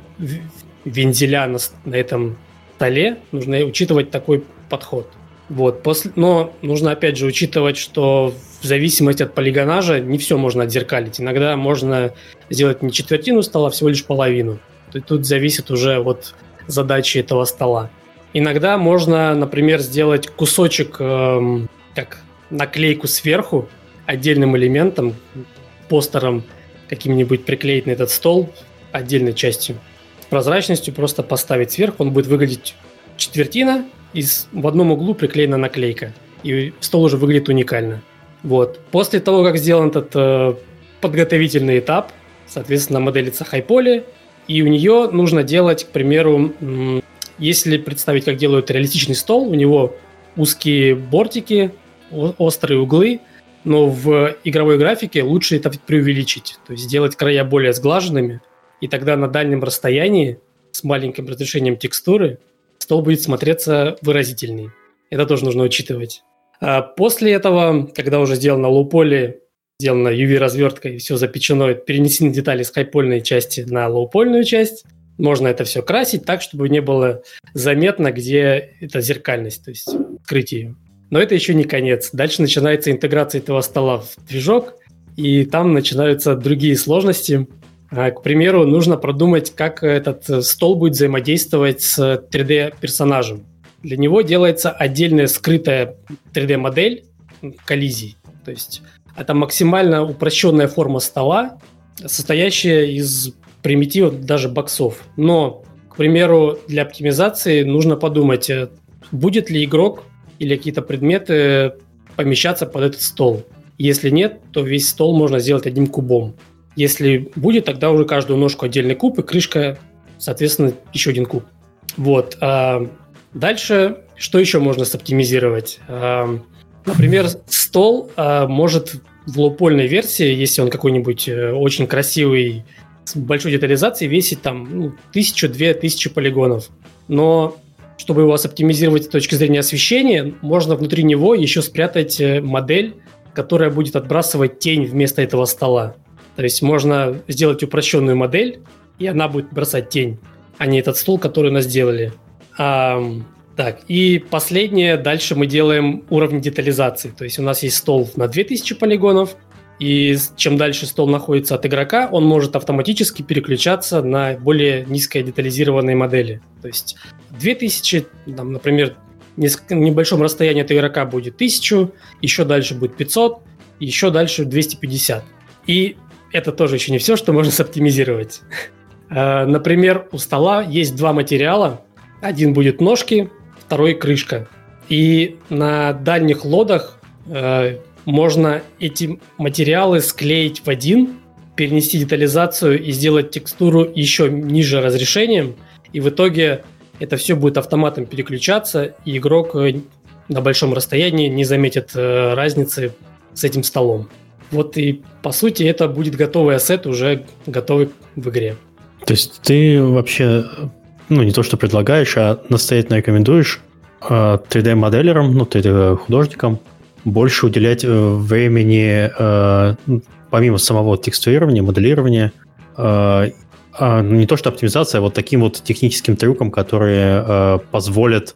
вензеля на, на этом столе, нужно учитывать такой подход. Вот. После, но нужно опять же учитывать, что в зависимости от полигонажа не все можно отзеркалить. Иногда можно сделать не четвертину стола, а всего лишь половину. Тут зависит уже от задачи этого стола. Иногда можно, например, сделать кусочек, эм, как наклейку сверху, отдельным элементом, постером каким-нибудь приклеить на этот стол отдельной частью. С прозрачностью просто поставить сверху, он будет выглядеть четвертина, и в одном углу приклеена наклейка. И стол уже выглядит уникально. Вот. После того, как сделан этот э, подготовительный этап, соответственно, моделится хайполи, и у нее нужно делать, к примеру, м- если представить, как делают реалистичный стол, у него узкие бортики, о- острые углы, но в игровой графике лучше это преувеличить, то есть сделать края более сглаженными, и тогда на дальнем расстоянии с маленьким разрешением текстуры стол будет смотреться выразительней. Это тоже нужно учитывать. А после этого, когда уже сделано лоу-поли, сделана ю ви-развертка и все запечено, перенесены детали с хайпольной части на лоу-польную часть, можно это все красить так, чтобы не было заметно, где эта зеркальность, то есть скрыть ее. Но это еще не конец. Дальше начинается интеграция этого стола в движок, и там начинаются другие сложности. К примеру, нужно продумать, как этот стол будет взаимодействовать с три дэ-персонажем. Для него делается отдельная скрытая три дэ-модель коллизий. То есть это максимально упрощенная форма стола, состоящая из примитивов, даже боксов. Но, к примеру, для оптимизации нужно подумать, будет ли игрок или какие-то предметы помещаться под этот стол. Если нет, то весь стол можно сделать одним кубом. Если будет, тогда уже каждую ножку отдельный куб, и крышка, соответственно, еще один куб. Вот. А дальше, что еще можно соптимизировать? А, например, стол а, может в лоу-польной версии, если он какой-нибудь очень красивый, с большой детализацией, весить там ну, тысячу-две тысячи полигонов. Но чтобы его соптимизировать с точки зрения освещения, можно внутри него еще спрятать модель, которая будет отбрасывать тень вместо этого стола. То есть можно сделать упрощенную модель, и она будет бросать тень, а не этот стол, который у нас сделали. А, так, и последнее, дальше мы делаем уровень детализации. То есть у нас есть стол на две тысячи полигонов, и чем дальше стол находится от игрока, он может автоматически переключаться на более низкодетализированные модели. То есть две тысячи, там, например, в небольшом расстоянии от игрока будет тысяча, еще дальше будет пятьсот, еще дальше двести пятьдесят. И это тоже еще не все, что можно соптимизировать. Например, у стола есть два материала. Один будет ножки, второй крышка. И на дальних лодах э, можно эти материалы склеить в один, перенести детализацию и сделать текстуру еще ниже разрешением. И в итоге это все будет автоматом переключаться, и игрок на большом расстоянии не заметит э, разницы с этим столом. Вот и, по сути, это будет готовый ассет, уже готовый в игре. То есть ты вообще, ну, не то что предлагаешь, а настоятельно рекомендуешь э, три дэ-моделерам, ну, три дэ-художникам больше уделять э, времени, э, помимо самого текстурирования, моделирования, э, э, не то что оптимизация, а вот таким вот техническим трюкам, которые э, позволят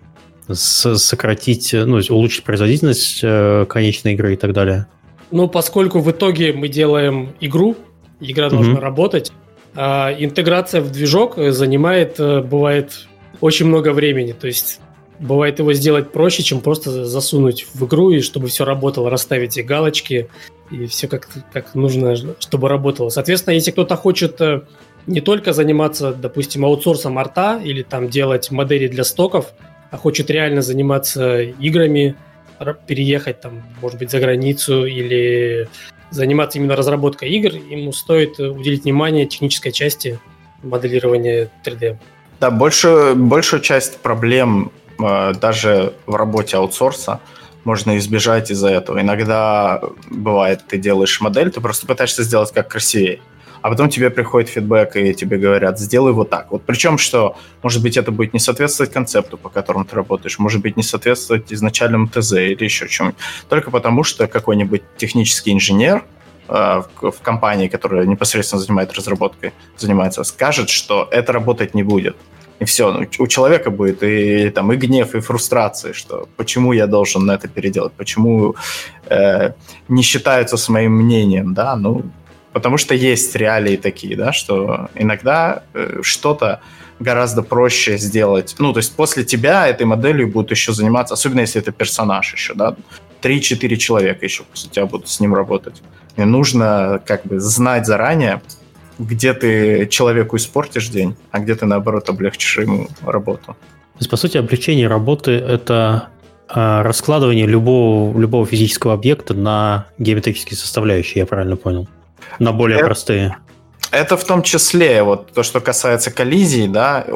с- сократить, ну, улучшить производительность э, конечной игры и так далее. Ну, поскольку в итоге мы делаем игру, игра должна mm-hmm. работать, а интеграция в движок занимает, бывает, очень много времени. То есть бывает его сделать проще, чем просто засунуть в игру, и чтобы все работало, расставить и галочки, и все как, как нужно, чтобы работало. Соответственно, если кто-то хочет не только заниматься, допустим, аутсорсом арта или там делать модели для стоков, а хочет реально заниматься играми, переехать там, может быть, за границу или заниматься именно разработкой игр, ему стоит уделить внимание технической части моделирования три дэ. Да, большую, большую часть проблем э, даже в работе аутсорса можно избежать из-за этого. Иногда бывает, ты делаешь модель, ты просто пытаешься сделать как красивее, а потом тебе приходит фидбэк, и тебе говорят, сделай вот так. Вот причем, что, может быть, это будет не соответствовать концепту, по которому ты работаешь, может быть, не соответствовать изначальному ТЗ или еще чему-нибудь. Только потому, что какой-нибудь технический инженер э, в, в компании, которая непосредственно занимается разработкой, занимается, скажет, что это работать не будет. И все, ну, у человека будет и, там, и гнев, и фрустрация, что почему я должен это переделать, почему э, не считаются с моим мнением, да, ну, потому что есть реалии такие, да, что иногда э, что-то гораздо проще сделать. Ну, то есть после тебя этой моделью будут еще заниматься, особенно если это персонаж еще, да, три-четыре человека еще после тебя будут с ним работать. И нужно как бы знать заранее, где ты человеку испортишь день, а где ты, наоборот, облегчишь ему работу. То есть, по сути, облегчение работы – это э, раскладывание любого, любого физического объекта на геометрические составляющие, я правильно понял? На более это, простые. Это в том числе, вот то, что касается коллизий, да,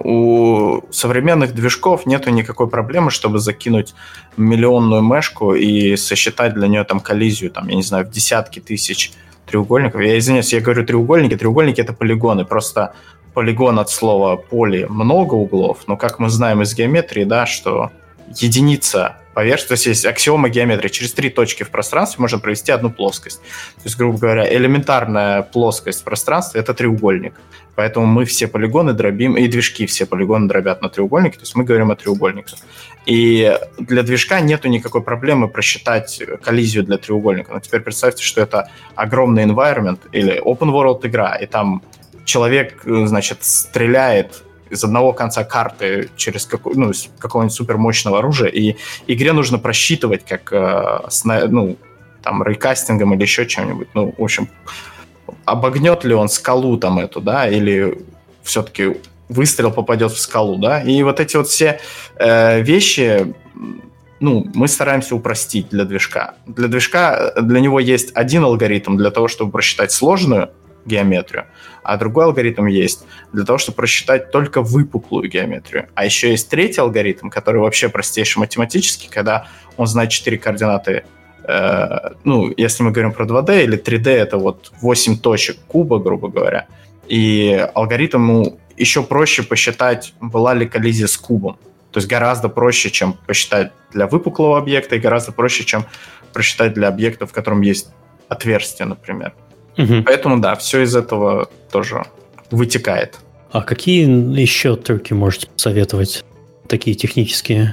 у современных движков нету никакой проблемы, чтобы закинуть миллионную мешку и сосчитать для нее там коллизию, там, я не знаю, в десятки тысяч треугольников. Я извиняюсь, я говорю треугольники. Треугольники – это полигоны. Просто полигон от слова «поли» – много углов, но, как мы знаем из геометрии, да, что единица поверхности, то есть есть аксиома геометрии. Через три точки в пространстве можно провести одну плоскость. То есть, грубо говоря, элементарная плоскость в пространстве – это треугольник. Поэтому мы все полигоны дробим, и движки все полигоны дробят на треугольники, то есть мы говорим о треугольниках. И для движка нету никакой проблемы просчитать коллизию для треугольника. Но теперь представьте, что это огромный environment или open world игра, и там человек, значит, стреляет из одного конца карты через какой, ну, какого-нибудь супермощного оружия, и игре нужно просчитывать как э, сна, ну, там, рейкастингом или еще чем-нибудь. Ну, в общем, обогнет ли он скалу там эту, да, или все-таки выстрел попадет в скалу, да, и вот эти вот все э, вещи, ну, мы стараемся упростить для движка. Для движка, для него есть один алгоритм для того, чтобы просчитать сложную геометрию, а другой алгоритм есть для того, чтобы просчитать только выпуклую геометрию. А еще есть третий алгоритм, который вообще простейший математический, когда он знает четыре координаты. Э, ну, если мы говорим про два дэ или три дэ, это вот восемь точек куба, грубо говоря. И алгоритму еще проще посчитать, была ли коллизия с кубом. То есть гораздо проще, чем посчитать для выпуклого объекта, и гораздо проще, чем просчитать для объекта, в котором есть отверстие, например. Угу. Поэтому, да, все из этого тоже вытекает. А какие еще трюки можете посоветовать, такие технические?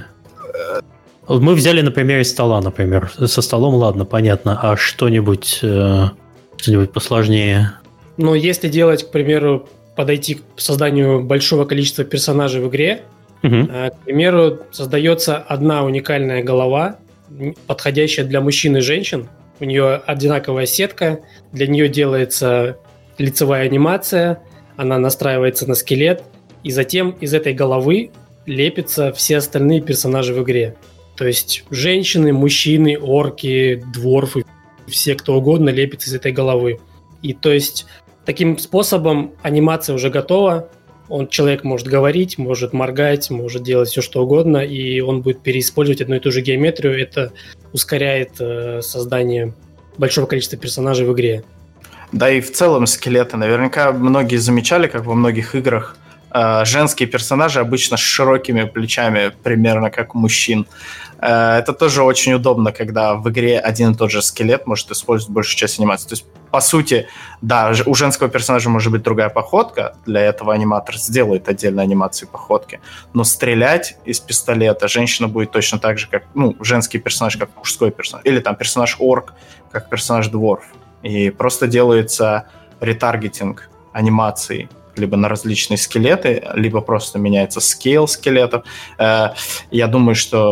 Мы взяли на примере стола, например. Со столом, ладно, понятно. А что-нибудь, э, что-нибудь посложнее? Ну, если делать, к примеру, подойти к созданию большого количества персонажей в игре, угу. э, к примеру, создается одна уникальная голова, подходящая для мужчин и женщин. У нее одинаковая сетка, для нее делается лицевая анимация, она настраивается на скелет, и затем из этой головы лепятся все остальные персонажи в игре. То есть женщины, мужчины, орки, дворфы, все кто угодно лепятся из этой головы. И то есть таким способом анимация уже готова, он, человек может говорить, может моргать, может делать все что угодно, и он будет переиспользовать одну и ту же геометрию. Это ускоряет э, создание большого количества персонажей в игре. Да и в целом скелеты. Наверняка многие замечали, как во многих играх э, женские персонажи обычно с широкими плечами, примерно как у мужчин. Э, это тоже очень удобно, когда в игре один и тот же скелет может использовать большую часть анимации. То есть, по сути, да, у женского персонажа может быть другая походка, для этого аниматор сделает отдельную анимацию походки, но стрелять из пистолета женщина будет точно так же, как, ну, женский персонаж, как мужской персонаж, или там персонаж-орк, как персонаж-дворф. И просто делается ретаргетинг анимаций либо на различные скелеты, либо просто меняется скейл скелетов. Я думаю, что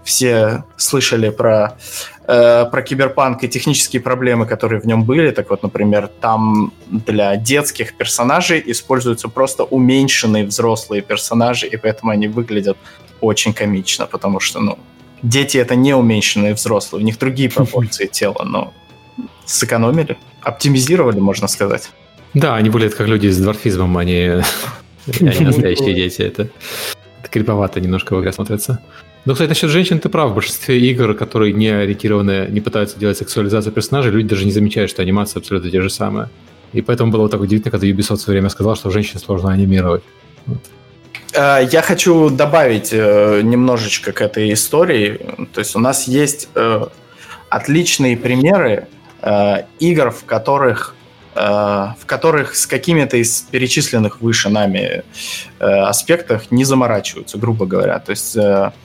все слышали про, э, про Киберпанк и технические проблемы, которые в нем были. Так вот, например, там для детских персонажей используются просто уменьшенные взрослые персонажи, и поэтому они выглядят очень комично, потому что, ну, дети — это не уменьшенные взрослые, у них другие пропорции тела, но сэкономили, оптимизировали, можно сказать. Да, они выглядят как люди с дворфизмом, они настоящие дети. Это криповато немножко в игре смотрится. Но, кстати, насчет женщин ты прав. В большинстве игр, которые не ориентированы, не пытаются делать сексуализацию персонажей, люди даже не замечают, что анимация абсолютно те же самые. И поэтому было вот так удивительно, когда Ubisoft в свое время сказал, что женщин сложно анимировать. Вот. Я хочу добавить немножечко к этой истории. То есть у нас есть отличные примеры игр, в которых в которых с какими-то из перечисленных выше нами аспектах не заморачиваются, грубо говоря. То есть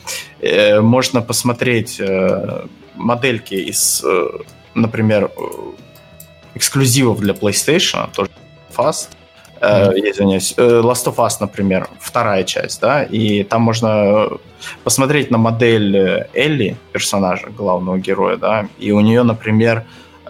можно посмотреть модельки из, например, эксклюзивов для PlayStation, тоже Fast, mm-hmm. я извиняюсь, Last of Us, например, вторая часть, да, и там можно посмотреть на модель Элли, персонажа, главного героя, да, и у нее, например,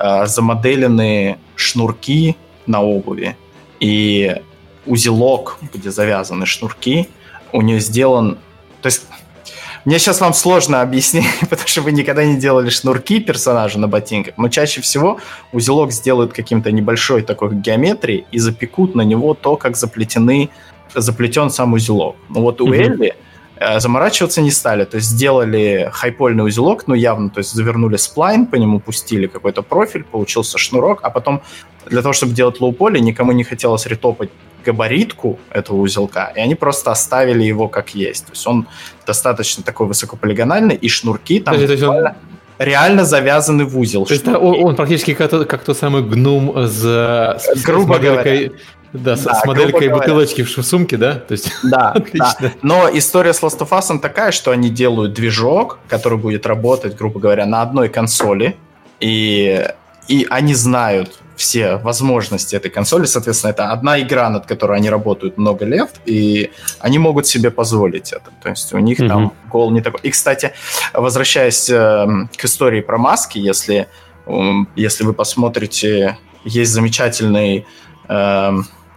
замоделены шнурки на обуви, и узелок, где завязаны шнурки, у нее сделан... То есть мне сейчас вам сложно объяснить, потому что вы никогда не делали шнурки персонажа на ботинках, но чаще всего узелок сделают каким-то небольшой такой геометрией и запекут на него то, как заплетены, заплетен сам узелок. Ну вот у mm-hmm. Элли заморачиваться не стали, то есть сделали хайпольный узелок, ну явно, то есть завернули сплайн, по нему пустили какой-то профиль, получился шнурок, а потом для того, чтобы делать лоу-поли, никому не хотелось ретопать габаритку этого узелка, и они просто оставили его как есть. То есть он достаточно такой высокополигональный, и шнурки там то есть он... реально завязаны в узел. То есть он, он практически как, как тот самый гном с, с, грубо с моделькой... говоря. Да, да, с моделькой бутылочки в сумке, да? То есть... Да, да. Но история с Last of Us такая, что они делают движок, который будет работать, грубо говоря, на одной консоли, и, и они знают все возможности этой консоли, соответственно, это одна игра, над которой они работают много лет, и они могут себе позволить это. То есть у них mm-hmm. там гол не такой. И, кстати, возвращаясь э, к истории про маски, если, э, если вы посмотрите, есть замечательный... Э,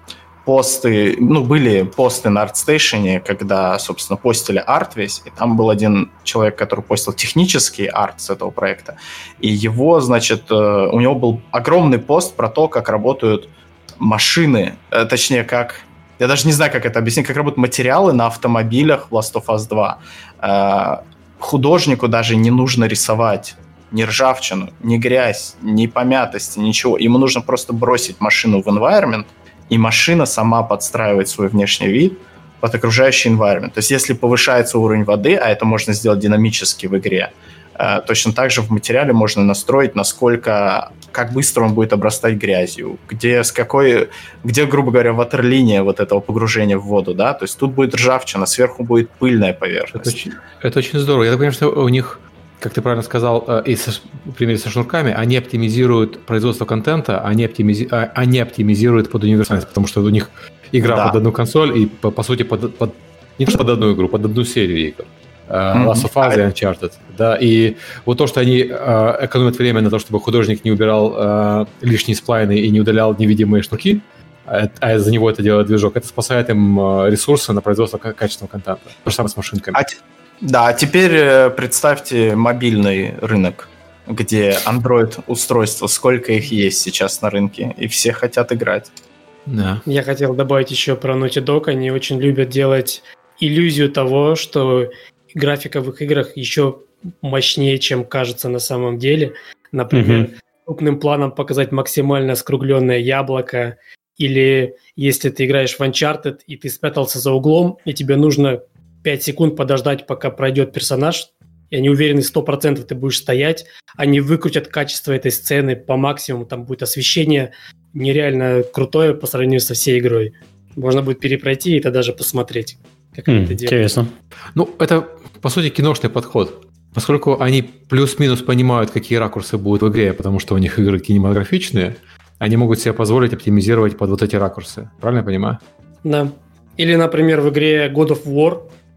посты, ну, были посты на ArtStation, когда, собственно, постили арт весь, и там был один человек, который постил технический арт с этого проекта, и его, значит, у него был огромный пост про то, как работают машины, точнее, как, я даже не знаю, как это объяснить, как работают материалы на автомобилях в Last of Us два. Художнику даже не нужно рисовать ни ржавчину, ни грязь, ни помятость, ничего. Ему нужно просто бросить машину в environment, и машина сама подстраивает свой внешний вид под окружающий environment. То есть если повышается уровень воды, а это можно сделать динамически в игре, э, точно так же в материале можно настроить, насколько, как быстро он будет обрастать грязью, где, с какой, где, грубо говоря, ватерлиния вот этого погружения в воду, да, то есть тут будет ржавчина, сверху будет пыльная поверхность. Это очень, это очень здорово. Я так понимаю, что у них, как ты правильно сказал, и со, например, со шнурками, они оптимизируют производство контента, они, оптимизи, они оптимизируют под универсальность, потому что у них игра да. под одну консоль и, по, по сути, под, под, не только под одну игру, под одну серию игр. Mm-hmm. Last of Us и Uncharted. Да, и вот то, что они э, экономят время на то, чтобы художник не убирал э, лишние сплайны и не удалял невидимые шнурки, а, а за него это делает движок, это спасает им э, ресурсы на производство качественного контента. То же самое с машинками. А Да, теперь представьте мобильный рынок, где Android-устройства, сколько их есть сейчас на рынке, и все хотят играть. Да. Я хотел добавить еще про Naughty Dog. Они очень любят делать иллюзию того, что графика в их играх еще мощнее, чем кажется на самом деле. Например, mm-hmm. крупным планом показать максимально скругленное яблоко, или если ты играешь в Uncharted, и ты спрятался за углом, и тебе нужно пять секунд подождать, пока пройдет персонаж, и они уверены, сто процентов ты будешь стоять, они выкрутят качество этой сцены по максимуму, там будет освещение нереально крутое по сравнению со всей игрой. Можно будет перепройти и это даже посмотреть, как mm, они это делают. Интересно. Ну, это, по сути, киношный подход. Поскольку они плюс-минус понимают, какие ракурсы будут в игре, потому что у них игры кинематографичные, они могут себе позволить оптимизировать под вот эти ракурсы. Правильно я понимаю? Да. Или, например, в игре God of War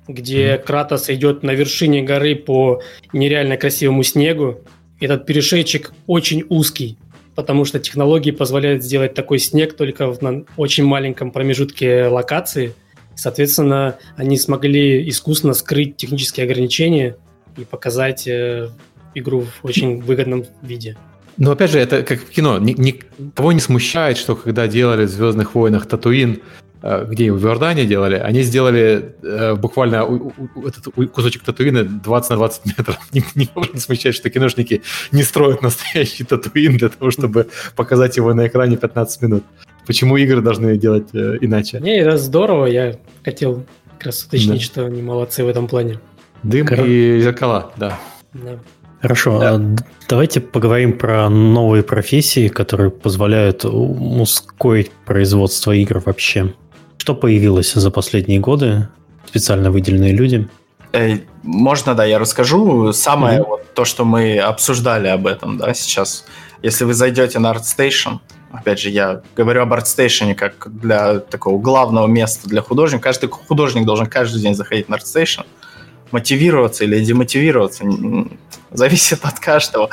где mm. Кратос идет на вершине горы по нереально красивому снегу. Этот перешейчик очень узкий, потому что технологии позволяют сделать такой снег только в на очень маленьком промежутке локации. Соответственно, они смогли искусно скрыть технические ограничения и показать э, игру в очень выгодном виде. Но опять же, это как в кино. Никого не смущает, что когда делали в «Звездных войнах» Татуин, где его в Иордании делали, они сделали э, буквально у, у, этот кусочек Татуина двадцать на двадцать метров. Никого не смущает, что киношники не строят настоящий Татуин для того, чтобы показать его на экране пятнадцать минут. Почему игры должны делать э, иначе? Не, это здорово. Я хотел как раз уточнить, да. что они молодцы в этом плане. Дым Кор... и зеркала, да. да. Хорошо, да. Давайте поговорим про новые профессии, которые позволяют ускорить производство игр вообще. Что появилось за последние годы? Специально выделенные люди? Эй, можно, да, я расскажу. Самое mm-hmm. вот то, что мы обсуждали об этом, да, сейчас. Если вы зайдете на ArtStation, опять же, я говорю об ArtStation как для такого главного места для художника. Каждый художник должен каждый день заходить на ArtStation, мотивироваться или демотивироваться, зависит от каждого.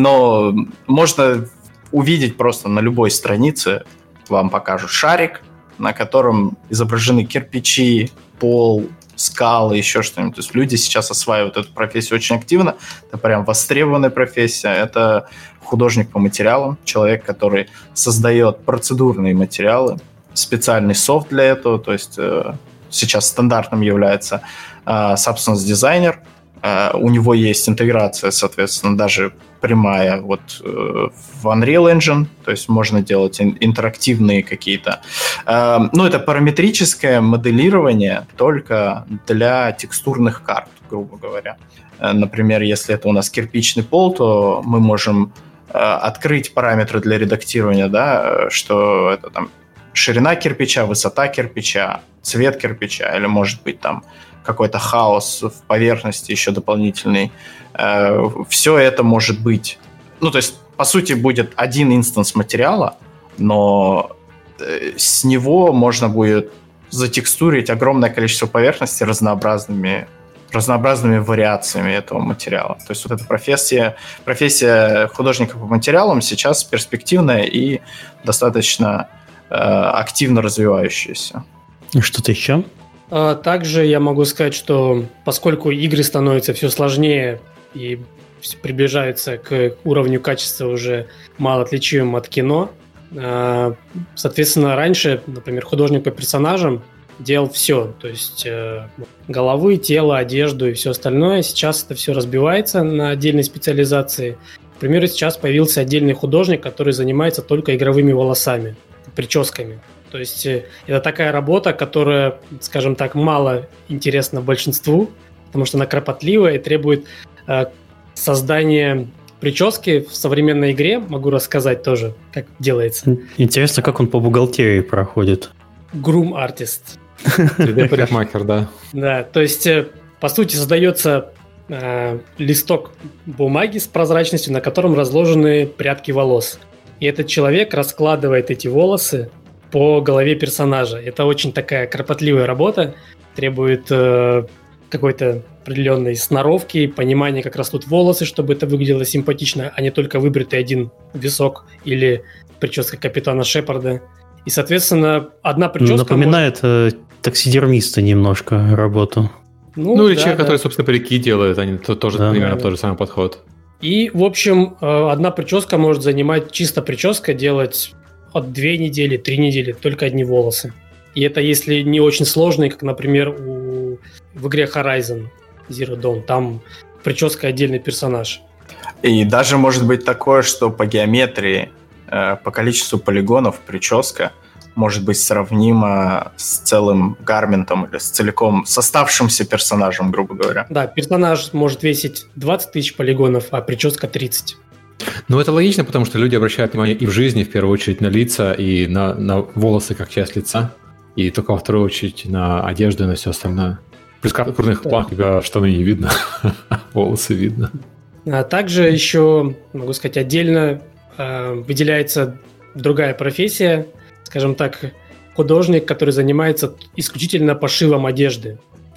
Но можно увидеть просто на любой странице, вам покажут шарик, на котором изображены кирпичи, пол, скалы, еще что-нибудь. То есть люди сейчас осваивают эту профессию очень активно. Это прям востребованная профессия. Это художник по материалам, человек, который создает процедурные материалы, специальный софт для этого. То есть э, сейчас стандартным является э, Substance Designer. Uh, у него есть интеграция, соответственно, даже прямая вот uh, в Unreal Engine, то есть можно делать ин- интерактивные какие-то... Uh, ну, это параметрическое моделирование только для текстурных карт, грубо говоря. Uh, например, если это у нас кирпичный пол, то мы можем uh, открыть параметры для редактирования, да, что это там ширина кирпича, высота кирпича, цвет кирпича, или может быть там какой-то хаос в поверхности еще дополнительный. Все это может быть... Ну, то есть, по сути, будет один инстанс материала, но с него можно будет затекстурить огромное количество поверхностей разнообразными, разнообразными вариациями этого материала. То есть вот эта профессия, профессия художника по материалам сейчас перспективная и достаточно э, активно развивающаяся. И что-то еще? Также я могу сказать, что поскольку игры становятся все сложнее и приближаются к уровню качества уже мало отличимым от кино, соответственно, раньше, например, художник по персонажам делал все, то есть головы, тело, одежду и все остальное. Сейчас это все разбивается на отдельные специализации. К примеру, сейчас появился отдельный художник, который занимается только игровыми волосами, прическами. То есть это такая работа, которая, скажем так, мало интересна большинству, потому что она кропотливая и требует э, создания прически в современной игре. Могу рассказать тоже, как делается. Интересно, как он по бухгалтерии проходит. Groom Artist. три дэ-парикмахер, да. Да, то есть, по сути, создается э, листок бумаги с прозрачностью, на котором разложены прядки волос. И этот человек раскладывает эти волосы по голове персонажа. Это очень такая кропотливая работа, требует э, какой-то определенной сноровки, понимания, как растут волосы, чтобы это выглядело симпатично, а не только выбритый один висок или прическа капитана Шепарда. И, соответственно, одна прическа... Напоминает может... таксидермиста немножко работу. Ну, ну или да, человек, да. который, собственно, парики делает, они то, тоже да, примерно да. тот же самый подход. И, в общем, одна прическа может занимать, чисто прическа, делать от две недели, три недели, только одни волосы. И это если не очень сложные, как, например, у... в игре Horizon Zero Dawn. Там прическа отдельный персонаж. И даже может быть такое, что по геометрии, по количеству полигонов прическа может быть сравнима с целым гарментом или с целиком с оставшимся персонажем, грубо говоря. Да, персонаж может весить двадцать тысяч полигонов, а прическа тридцать. Ну, это логично, потому что люди обращают внимание и в жизни, в первую очередь, на лица, и на, на волосы как часть лица, и только во вторую очередь на одежду и на все остальное. Плюс в крупных планах у тебя штаны не видно, волосы видно. А также еще, могу сказать, отдельно э, выделяется другая профессия, скажем так, художник, который занимается исключительно пошивом одежды.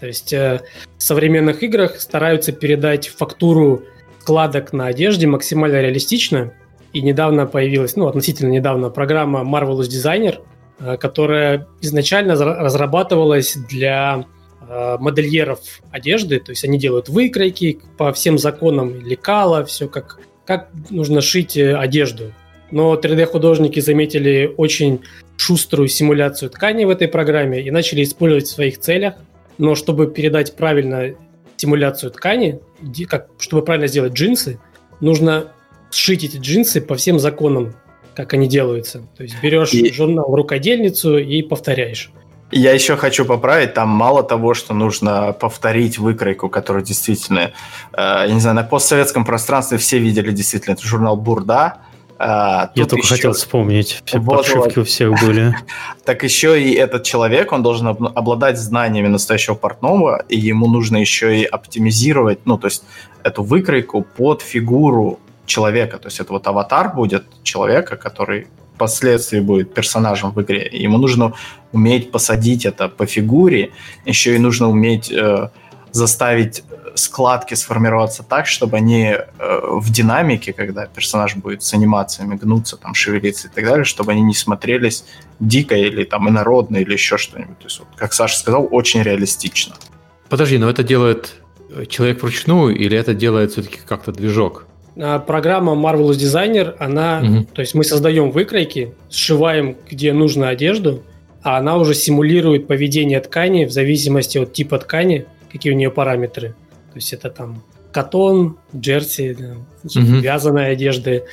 То есть э, в современных играх стараются передать фактуру складок на одежде максимально реалистично. И недавно появилась, ну, относительно недавно, программа Marvelous Designer, э, которая изначально разрабатывалась для э, модельеров одежды. То есть они делают выкройки по всем законам лекала, все как, как нужно шить одежду. Но три дэ-художники заметили очень шуструю симуляцию ткани в этой программе и начали использовать в своих целях. Но чтобы передать правильно симуляцию ткани, как, чтобы правильно сделать джинсы, нужно сшить эти джинсы по всем законам, как они делаются. То есть берешь и... журнал «Рукодельницу» и повторяешь. Я еще хочу поправить, там мало того, что нужно повторить выкройку, которую действительно, э, я не знаю, на постсоветском пространстве все видели действительно, это журнал «Бурда». А, Я только еще... хотел вспомнить, все вот, подшивки вот. У всех были. Так еще и этот человек, он должен обладать знаниями настоящего портного, и ему нужно еще и оптимизировать, ну, то есть эту выкройку под фигуру человека. То есть это вот аватар будет человека, который впоследствии будет персонажем в игре. И ему нужно уметь посадить это по фигуре, еще и нужно уметь э, заставить складки сформироваться так, чтобы они э, в динамике, когда персонаж будет с анимациями гнуться, там, шевелиться и так далее, чтобы они не смотрелись дико или там инородно или еще что-нибудь. То есть, вот, как Саша сказал, очень реалистично. Подожди, но это делает человек вручную или это делает все-таки как-то движок? Программа Marvelous Designer, она, угу. то есть мы создаем выкройки, сшиваем, где нужно одежду, а она уже симулирует поведение ткани в зависимости от типа ткани, какие у нее параметры. То есть это там катон, джерси, да, угу. вязаная одежда.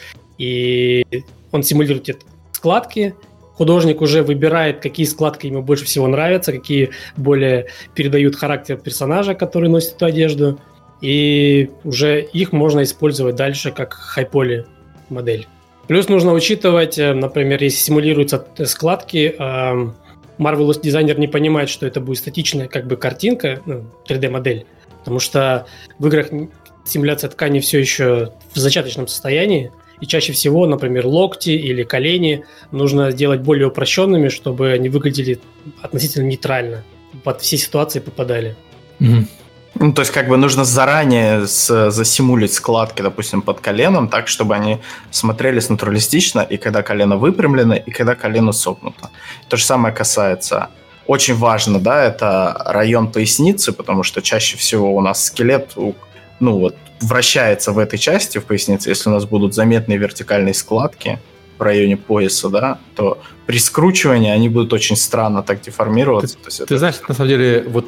И он симулирует эти складки. Художник уже выбирает, какие складки ему больше всего нравятся, какие более передают характер персонажа, который носит эту одежду. И уже их можно использовать дальше как хай-поли модель. Плюс нужно учитывать, например, если симулируются складки, Marvelous Designer не понимает, что это будет статичная как бы картинка, ну, три дэ-модель, потому что в играх симуляция ткани все еще в зачаточном состоянии, и чаще всего, например, локти или колени нужно сделать более упрощенными, чтобы они выглядели относительно нейтрально, под все ситуации попадали. Mm-hmm. Ну, то есть, как бы нужно заранее с, засимулить складки, допустим, под коленом, так, чтобы они смотрелись натуралистично, и когда колено выпрямлено, и когда колено согнуто. То же самое касается... Очень важно, да, это район поясницы, потому что чаще всего у нас скелет, ну, вот, вращается в этой части, в пояснице. Если у нас будут заметные вертикальные складки в районе пояса, да, то при скручивании они будут очень странно так деформироваться. Ты, то есть ты это... знаешь, на самом деле, вот...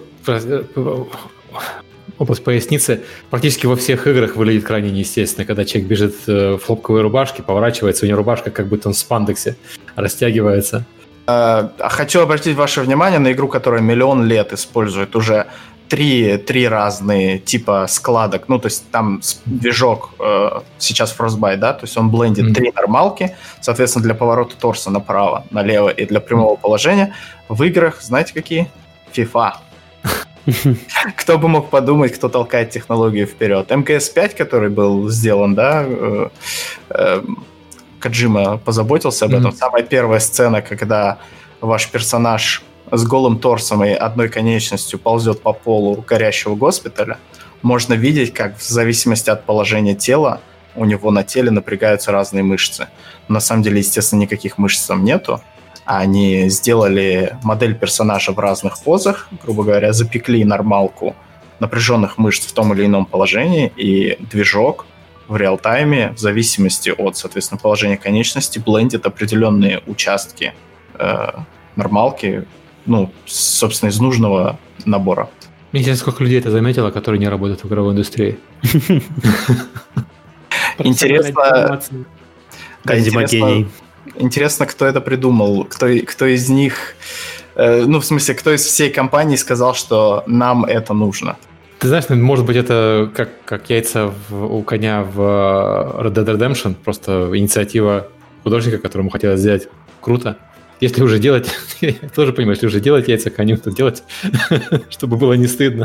область поясницы практически во всех играх выглядит крайне неестественно, когда человек бежит в хлопковой рубашке, поворачивается, у него рубашка как будто он в спандексе растягивается. Хочу обратить ваше внимание на игру, которая миллион лет использует уже три, три разные типа складок. Ну, то есть там движок сейчас Frostbite, да, то есть он блендит mm-hmm. три нормалки, соответственно, для поворота торса направо, налево и для прямого mm-hmm. положения. В играх, знаете, какие? FIFA. Кто бы мог подумать, кто толкает технологию вперед. эм ка эс пять, который был сделан, да, э, э, Коджима позаботился об этом. Mm-hmm. Самая первая сцена, когда ваш персонаж с голым торсом и одной конечностью ползет по полу горящего госпиталя, можно видеть, как в зависимости от положения тела у него на теле напрягаются разные мышцы. На самом деле, естественно, никаких мышц там нету. Они сделали модель персонажа в разных позах, грубо говоря, запекли нормалку напряженных мышц в том или ином положении, и движок в реал-тайме, в зависимости от, соответственно, положения конечности, блендит определенные участки э, нормалки, ну, собственно, из нужного набора. Мне интересно, сколько людей это заметило, которые не работают в игровой индустрии. Интересно... Да, интересно... Интересно, кто это придумал, кто, кто из них, э, ну, в смысле, кто из всей компании сказал, что нам это нужно. Ты знаешь, может быть, это как, как яйца в, у коня в Red Dead Redemption, просто инициатива художника, которому хотелось сделать круто. Если уже делать, я тоже понимаю, если уже делать яйца коню, то делать, чтобы было не стыдно.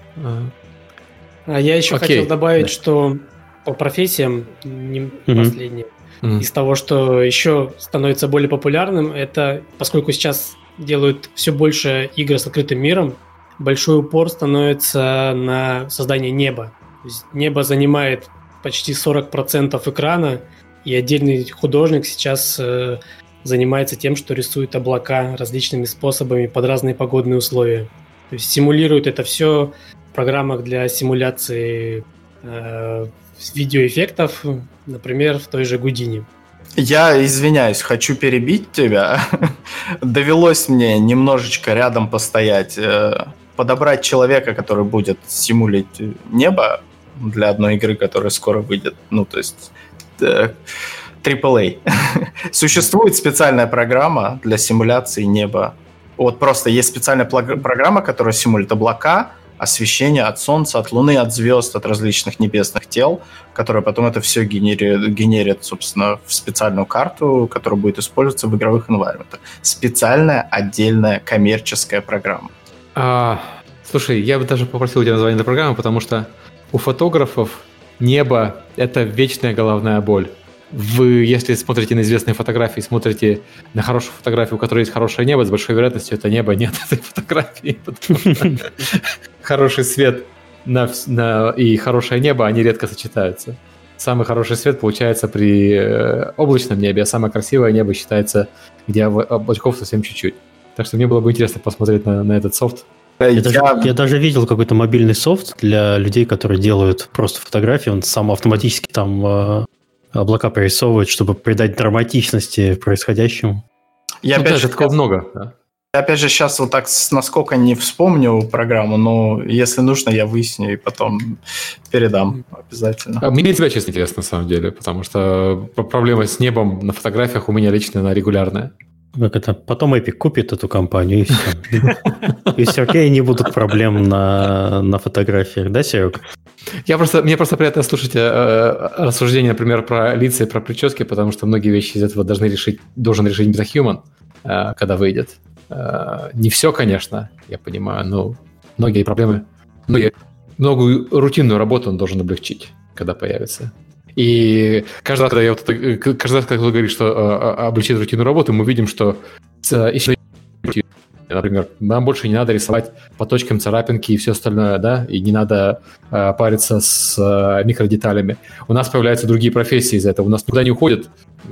А я еще Окей. хотел добавить, да. что по профессиям, не mm-hmm. последнее, Mm. из того, что еще становится более популярным, это, поскольку сейчас делают все больше игр с открытым миром, большой упор становится на создание неба. То есть небо занимает почти сорок процентов экрана, и отдельный художник сейчас э, занимается тем, что рисует облака различными способами под разные погодные условия. То есть симулирует это все в программах для симуляции э, видеоэффектов, например, в той же Houdini. Я извиняюсь, хочу перебить тебя. Довелось мне немножечко рядом постоять, подобрать человека, который будет симулить небо для одной игры, которая скоро выйдет. Ну, то есть трипл эй. Существует специальная программа для симуляции неба. Вот просто есть специальная программа, которая симулирует облака, освещение от Солнца, от Луны, от звезд, от различных небесных тел, которые потом это все генерит, генерит, собственно, в специальную карту, которая будет использоваться в игровых environment. Специальная отдельная коммерческая программа. А, слушай, я бы даже попросил у тебя название этой программы, потому что у фотографов небо — это вечная головная боль. Вы, если смотрите на известные фотографии, смотрите на хорошую фотографию, у которой есть хорошее небо, с большой вероятностью это небо нет этой фотографии. Хороший свет на, на, и хорошее небо, они редко сочетаются. Самый хороший свет получается при э, облачном небе, а самое красивое небо считается, где облачков совсем чуть-чуть. Так что мне было бы интересно посмотреть на, на этот софт. Я, я... Даже, я даже видел какой-то мобильный софт для людей, которые делают просто фотографии, он сам автоматически там... Э... облака прорисовывать, чтобы придать драматичности происходящему. Я ну, опять да, же такого много. Да. Я опять же сейчас вот так насколько не вспомню программу, но если нужно, я выясню и потом передам обязательно. А мне тебя, честно, интересно, на самом деле, потому что проблема с небом на фотографиях у меня лично она регулярная. Как это? Потом Epic купит эту компанию, и все. И все, окей, не будут проблем на, на фотографиях, да, Серег? Я просто, мне просто приятно слушать э, рассуждения, например, про лица и про прически, потому что многие вещи из этого должны решить, должен решить MetaHuman, э, когда выйдет. Э, не все, конечно, я понимаю, но многие проблемы, многие, многую рутинную работу он должен облегчить, когда появится. И каждый раз, когда я вот это, каждый раз, когда кто-то говорит, что э, облегчит рутинную работу, мы видим, что э, еще, например, нам больше не надо рисовать по точкам царапинки и все остальное, да, и не надо э, париться с э, микродеталями. У нас появляются другие профессии из-за этого. У нас никуда не уходит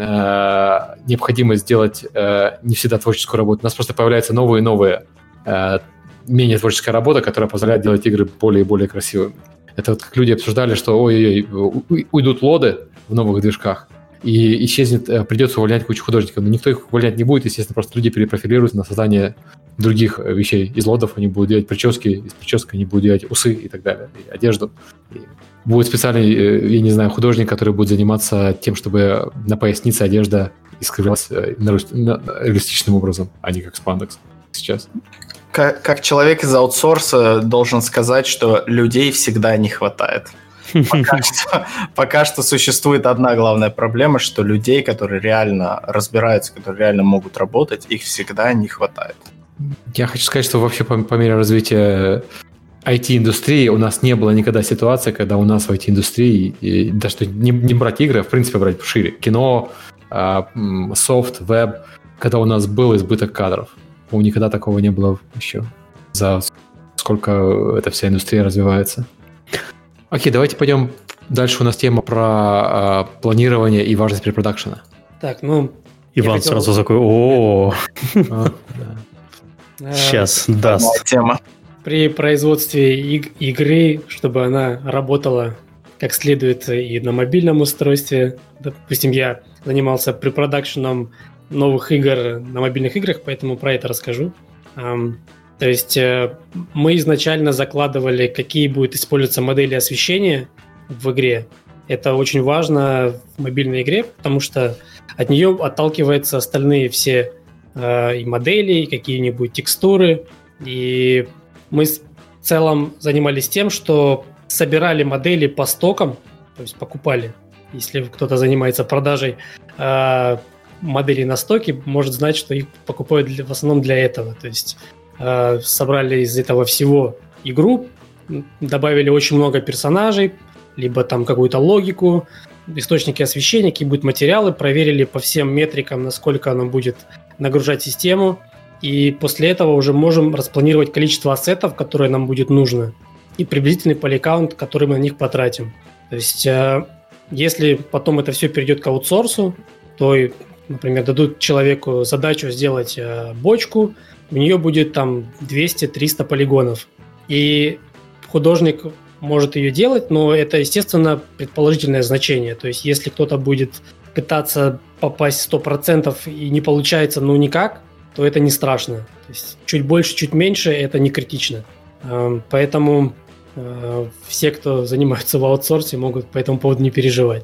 э, необходимость сделать э, не всегда творческую работу. У нас просто появляются новые и новые э, менее творческая работа, которая позволяет делать игры более и более красивыми. Это вот как люди обсуждали, что ой-ой-ой, уйдут лоды в новых движках, и исчезнет, придется увольнять кучу художников. Но никто их увольнять не будет, естественно, просто люди перепрофилируются на создание других вещей. Из лодов они будут делать прически, из прически они будут делать усы и так далее, и одежду. И будет специальный, я не знаю, художник, который будет заниматься тем, чтобы на пояснице одежда искривлялась реалистичным образом, а не как спандекс сейчас. Как, как человек из аутсорса должен сказать, что людей всегда не хватает. Пока что, пока что существует одна главная проблема, что людей, которые реально разбираются, которые реально могут работать, их всегда не хватает. Я хочу сказать, что вообще по, по мере развития ай ти-индустрии у нас не было никогда ситуации, когда у нас в ай ти-индустрии, и, да что не, не брать игры, а в принципе брать шире, кино, софт, веб, когда у нас был избыток кадров. У никогда такого не было еще за сколько эта вся индустрия развивается. Окей, давайте пойдем дальше. У нас тема про э, планирование и важность препродакшена. Так, ну... Иван хотел... сразу такой, о Сейчас даст. Тема. При производстве игры, чтобы она работала как следует и на мобильном устройстве, допустим, я занимался препродакшеном новых игр на мобильных играх, поэтому про это расскажу. Um, то есть uh, мы изначально закладывали, какие будут использоваться модели освещения в игре. Это очень важно в мобильной игре, потому что от нее отталкиваются остальные все uh, и модели, и какие-нибудь текстуры. И мы в целом занимались тем, что собирали модели по стокам, то есть покупали. Если кто-то занимается продажей uh, моделей на стоке, может знать, что их покупают для, в основном для этого. То есть э, собрали из этого всего игру, добавили очень много персонажей, либо там какую-то логику, источники освещения, какие будут материалы, проверили по всем метрикам, насколько оно будет нагружать систему, и после этого уже можем распланировать количество ассетов, которые нам будет нужно, и приблизительный поликаунт, который мы на них потратим. То есть, если потом это все перейдет к аутсорсу, то, например, дадут человеку задачу сделать бочку, у нее будет там двести-триста полигонов. И художник может ее делать, но это, естественно, предположительное значение. То есть, если кто-то будет пытаться попасть сто процентов и не получается ну никак, то это не страшно. То есть, чуть больше, чуть меньше – это не критично. Поэтому все, кто занимается в аутсорсе, могут по этому поводу не переживать.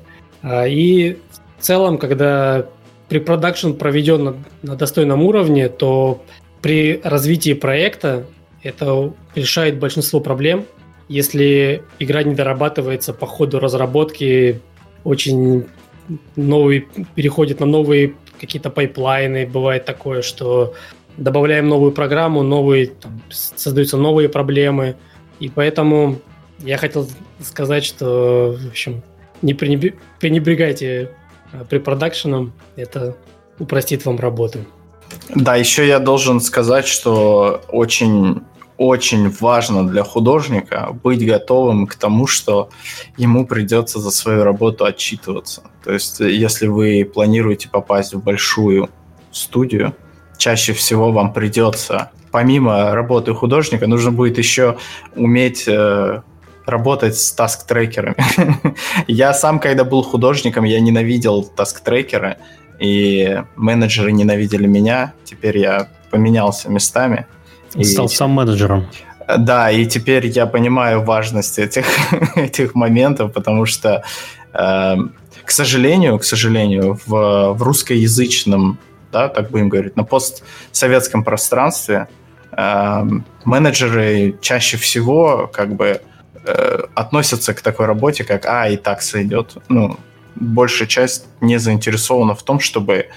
И в целом, когда препродакшн проведен на, на достойном уровне, то при развитии проекта это решает большинство проблем. Если игра не дорабатывается по ходу разработки, очень новый, переходит на новые какие-то пайплайны, бывает такое, что добавляем новую программу, новые, там, создаются новые проблемы. И поэтому я хотел сказать, что, в общем, не пренебрегайте препродакшеном, это упростит вам работу. Да, еще я должен сказать, что очень, очень важно для художника быть готовым к тому, что ему придется за свою работу отчитываться. То есть, если вы планируете попасть в большую студию, чаще всего вам придется, помимо работы художника, нужно будет еще уметь э, работать с таск-трекерами. Я сам, когда был художником, я ненавидел таск-трекеры, и менеджеры ненавидели меня. Теперь я поменялся местами. Стал и... сам менеджером. Да, и теперь я понимаю важность этих, этих моментов, потому что, э, к сожалению, к сожалению, в, в русскоязычном, да, так будем говорить, на постсоветском пространстве э, менеджеры чаще всего как бы э, относятся к такой работе, как «а, и так сойдет». Ну, большая часть не заинтересована в том, чтобы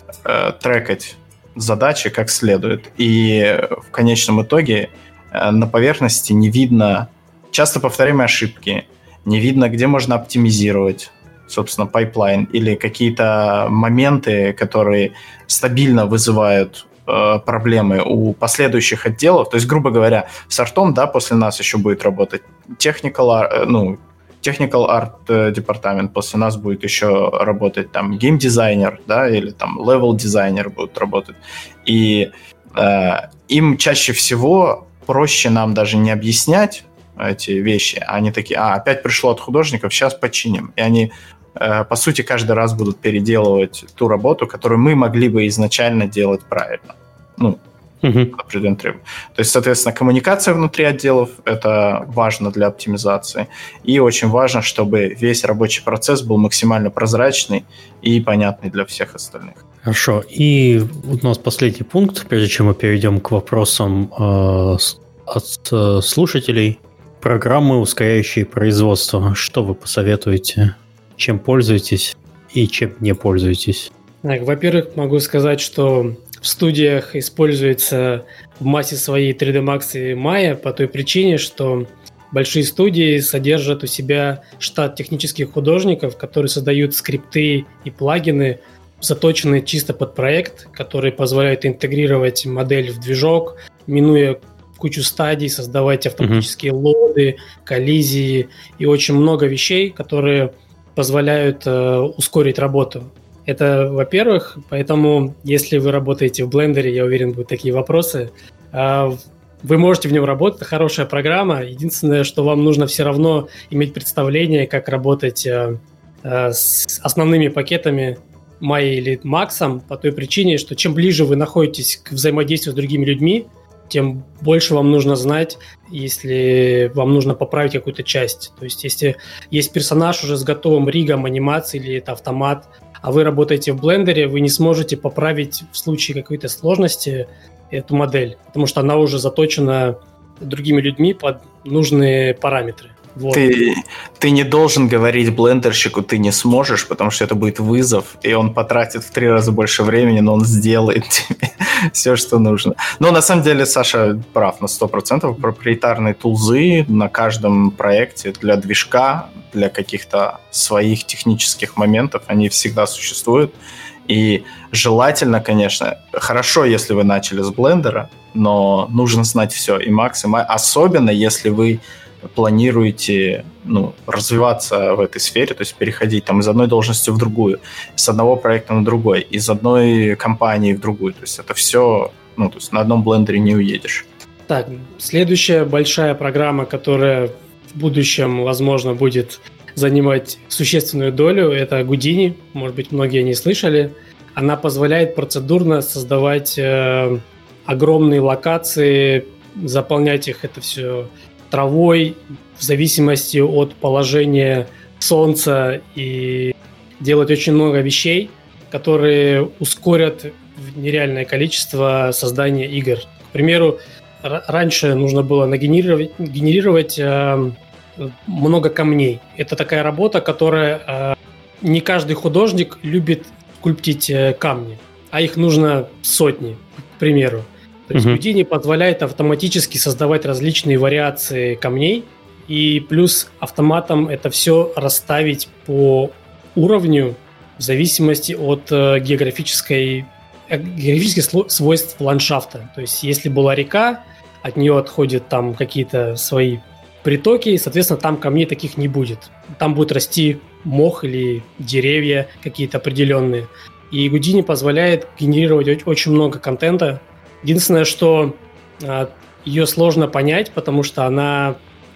э, трекать задачи как следует. И в конечном итоге э, на поверхности не видно часто повторяемые ошибки, не видно, где можно оптимизировать, собственно, пайплайн или какие-то моменты, которые стабильно вызывают э, проблемы у последующих отделов. То есть, грубо говоря, с артом, да, после нас еще будет работать technical, э, ну, technical art департамент, после нас будет еще работать там геймдизайнер, да, или там level дизайнер будут работать. И э, им чаще всего проще нам даже не объяснять эти вещи. Они такие: а, опять пришло от художников, сейчас починим. И они, э, по сути, каждый раз будут переделывать ту работу, которую мы могли бы изначально делать правильно. Ну, Uh-huh. определенный требования. То есть, соответственно, коммуникация внутри отделов – это важно для оптимизации. И очень важно, чтобы весь рабочий процесс был максимально прозрачный и понятный для всех остальных. Хорошо. И у нас последний пункт, прежде чем мы перейдем к вопросам э, от э, слушателей. Программы, ускоряющие производство. Что вы посоветуете? Чем пользуетесь и чем не пользуетесь? Так, во-первых, могу сказать, что в студиях используется в массе своей три дэ Max и Maya по той причине, что большие студии содержат у себя штат технических художников, которые создают скрипты и плагины, заточенные чисто под проект, которые позволяют интегрировать модель в движок, минуя кучу стадий, создавать автоматические mm-hmm. лоды, коллизии и очень много вещей, которые позволяют э, ускорить работу. Это, во-первых, поэтому, если вы работаете в Blender, я уверен, будут такие вопросы, вы можете в нем работать, это хорошая программа. Единственное, что вам нужно все равно иметь представление, как работать с основными пакетами Maya или Max, по той причине, что чем ближе вы находитесь к взаимодействию с другими людьми, тем больше вам нужно знать, если вам нужно поправить какую-то часть. То есть, если есть персонаж уже с готовым ригом, анимацией или это автомат, а вы работаете в блендере, вы не сможете поправить в случае какой-то сложности эту модель, потому что она уже заточена другими людьми под нужные параметры. Вот. Ты, ты не должен говорить блендерщику, ты не сможешь, потому что это будет вызов, и он потратит в три раза больше времени, но он сделает тебе все, что нужно. Но на самом деле Саша прав на сто процентов. Проприетарные тулзы на каждом проекте для движка, для каких-то своих технических моментов, они всегда существуют. И желательно, конечно, хорошо, если вы начали с блендера, но нужно знать все, и Max, и Maya, особенно если вы планируете ну, развиваться в этой сфере, то есть переходить там, из одной должности в другую, с одного проекта на другой, из одной компании в другую. То есть это все, ну, то есть на одном блендере не уедешь. Так, следующая большая программа, которая в будущем, возможно, будет занимать существенную долю, это Houdini. Может быть, многие не слышали. Она позволяет процедурно создавать э, огромные локации, заполнять их это все травой в зависимости от положения солнца и делать очень много вещей, которые ускорят в нереальное количество создания игр. К примеру, р- раньше нужно было нагенерировать генерировать, э, много камней. Это такая работа, которая э, не каждый художник любит скульптить э, камни, а их нужно сотни, к примеру. То есть uh-huh. Houdini позволяет автоматически создавать различные вариации камней, и плюс автоматом это все расставить по уровню в зависимости от э, географической, э, географических сло- свойств ландшафта. То есть если была река, от нее отходят там какие-то свои притоки, и, соответственно, там камней таких не будет. Там будет расти мох или деревья какие-то определенные. И Houdini позволяет генерировать очень много контента. Единственное, что а, ее сложно понять, потому что она,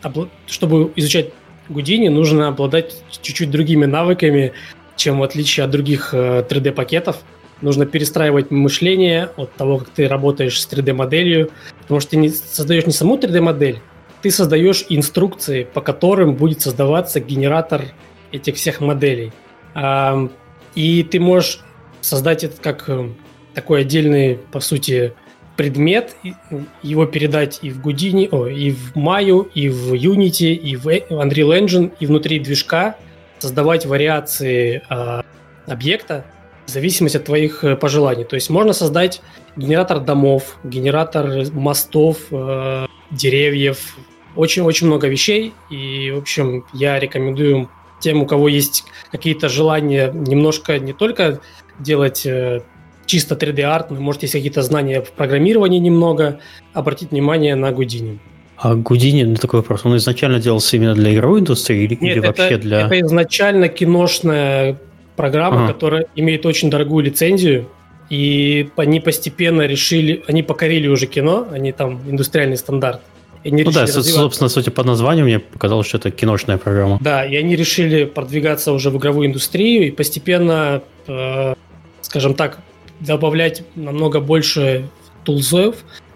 чтобы изучать Houdini, нужно обладать чуть-чуть другими навыками, чем в отличие от других э, три дэ-пакетов. Нужно перестраивать мышление от того, как ты работаешь с три дэ-моделью, потому что ты не создаешь не саму три дэ-модель, ты создаешь инструкции, по которым будет создаваться генератор этих всех моделей. А, и ты можешь создать это как такой отдельный, по сути, предмет, его передать и в Houdini, о, и в Maya, и в Unity, и в Unreal Engine, и внутри движка создавать вариации э, объекта в зависимости от твоих пожеланий. То есть можно создать генератор домов, генератор мостов, э, деревьев, очень-очень много вещей. И, в общем, я рекомендую тем, у кого есть какие-то желания немножко не только делать э, чисто три дэ-арт, но, может, есть какие-то знания в программировании немного, обратить внимание на Houdini. А Houdini, ну, такой вопрос, он изначально делался именно для игровой индустрии или, Нет, или это, вообще для... это изначально киношная программа, ага. которая имеет очень дорогую лицензию, и они постепенно решили, они покорили уже кино, они там индустриальный стандарт. Ну да, собственно, судя по названию, мне показалось, что это киношная программа. Да, и они решили продвигаться уже в игровую индустрию и постепенно, э, скажем так, добавлять намного больше тулзов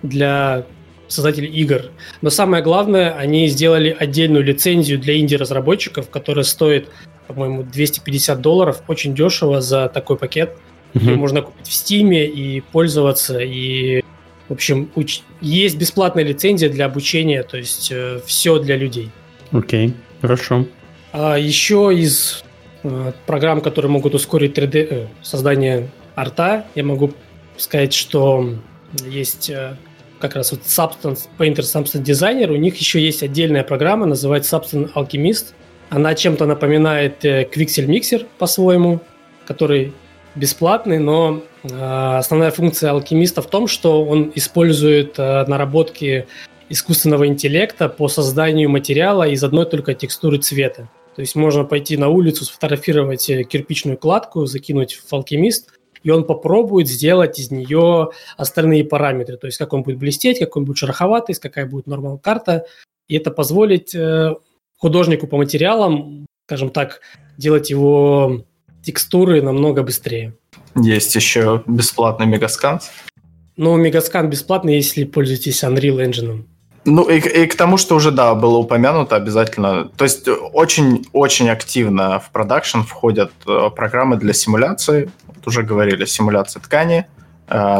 для создателей игр. Но самое главное, они сделали отдельную лицензию для инди-разработчиков, которая стоит, по-моему, двести пятьдесят долларов, очень дешево за такой пакет. Mm-hmm. Ее можно купить в Стиме и пользоваться, и в общем, уч... есть бесплатная лицензия для обучения, то есть э, все для людей. Окей, okay, хорошо. А еще из э, программ, которые могут ускорить три дэ э, создание арта, я могу сказать, что есть э, как раз вот Substance Painter, Substance Designer, у них еще есть отдельная программа, называется Substance Alchemist. Она чем-то напоминает э, Quixel Mixer по-своему, который бесплатный, но э, основная функция алхимиста в том, что он использует э, наработки искусственного интеллекта по созданию материала из одной только текстуры цвета. То есть можно пойти на улицу, сфотографировать кирпичную кладку, закинуть в алхимист, и он попробует сделать из нее остальные параметры. То есть как он будет блестеть, как он будет шероховатый, какая будет нормал-карта. И это позволит э, художнику по материалам, скажем так, делать его текстуры намного быстрее. Есть еще бесплатный Megascan. Ну, Megascan бесплатный, если пользуетесь Unreal Engine. Ну, и, и к тому, что уже, да, было упомянуто обязательно. То есть очень-очень активно в продакшн входят программы для симуляции. Вот уже говорили, симуляция ткани,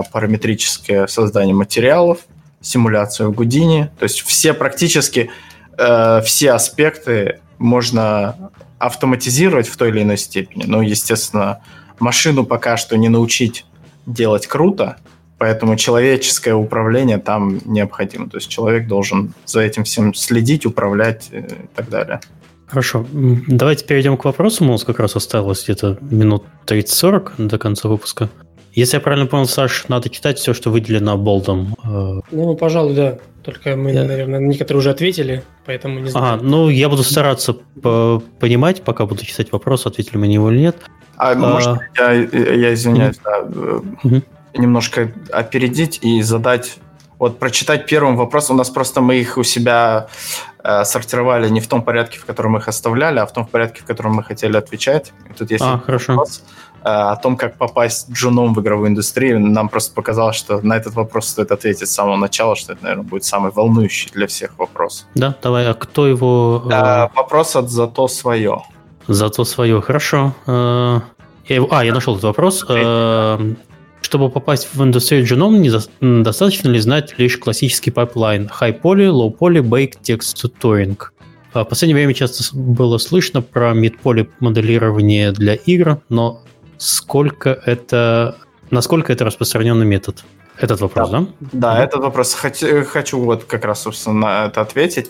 параметрическое создание материалов, симуляция в Houdini. То есть все практически э, все аспекты можно автоматизировать в той или иной степени. Но, естественно, машину пока что не научить делать круто, поэтому человеческое управление там необходимо. То есть человек должен за этим всем следить, управлять и так далее. Хорошо. Давайте перейдем к вопросу. У нас как раз осталось где-то минут тридцать-сорок до конца выпуска. Если я правильно понял, Саш, надо читать все, что выделено болдом. Ну, пожалуй, да. Только мы, yeah. наверное, некоторые уже ответили, поэтому не знаю. Ага, ну, я буду стараться по- понимать, пока буду читать вопрос, ответили мы на него или нет. А, а может, я, я извиняюсь, mm-hmm. да, mm-hmm. немножко опередить и задать... Вот прочитать первым вопрос. У нас просто мы их у себя э, сортировали не в том порядке, в котором их оставляли, а в том порядке, в котором мы хотели отвечать. И тут есть а, хорошо. вопрос э, о том, как попасть джуном в игровую индустрию. Нам просто показалось, что на этот вопрос стоит ответить с самого начала, что это, наверное, будет самый волнующий для всех вопрос. Да, давай. А кто его... Э, вопрос от «Зато свое». «Зато свое». Хорошо. Э, я его... А, я нашел этот вопрос. Э, Чтобы попасть в индустрию джуном, достаточно ли знать лишь классический пайплайн high poly, low poly, bake, text tutoring? В последнее время часто было слышно про mid-poly моделирование для игр, но сколько это, насколько это распространенный метод? Этот вопрос, да? Да, да этот вопрос. Хочу, хочу вот как раз, собственно, на это ответить.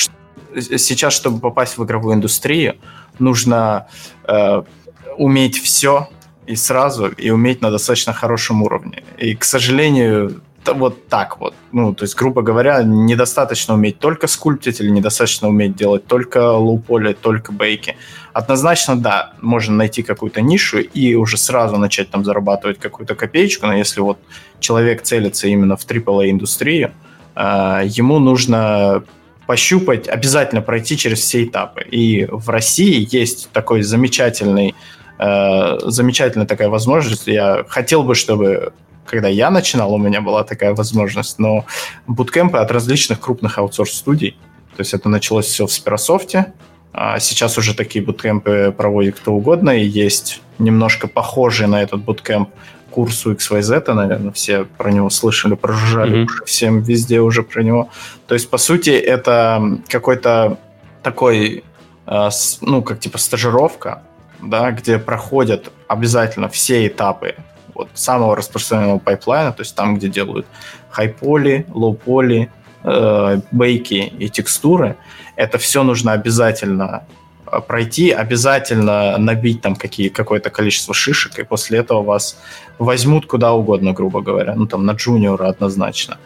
Сейчас, чтобы попасть в игровую индустрию, нужно э, уметь все, и сразу, и уметь на достаточно хорошем уровне. И, к сожалению, вот так вот. Ну, то есть, грубо говоря, недостаточно уметь только скульптить или недостаточно уметь делать только лоу-поли, только бейки. Однозначно, да, можно найти какую-то нишу и уже сразу начать там зарабатывать какую-то копеечку, но если вот человек целится именно в трипл эй-индустрию, э, ему нужно пощупать, обязательно пройти через все этапы. И в России есть такой замечательный замечательная такая возможность. Я хотел бы, чтобы, когда я начинал, у меня была такая возможность, но буткемпы от различных крупных аутсорс-студий. То есть это началось все в Спирософте. А сейчас уже такие буткемпы проводит кто угодно, и есть немножко похожий на этот буткемп курс у икс вай зет, наверное, все про него слышали, прожужжали mm-hmm. уже всем везде уже про него. То есть, по сути, это какой-то такой, ну, как типа стажировка, да, где проходят обязательно все этапы вот, самого распространенного пайплайна, то есть там, где делают high-poly, low-poly, э, бейки и текстуры. Это все нужно обязательно пройти, обязательно набить там какие, какое-то количество шишек, и после этого вас возьмут куда угодно, грубо говоря, ну там на джуниора однозначно.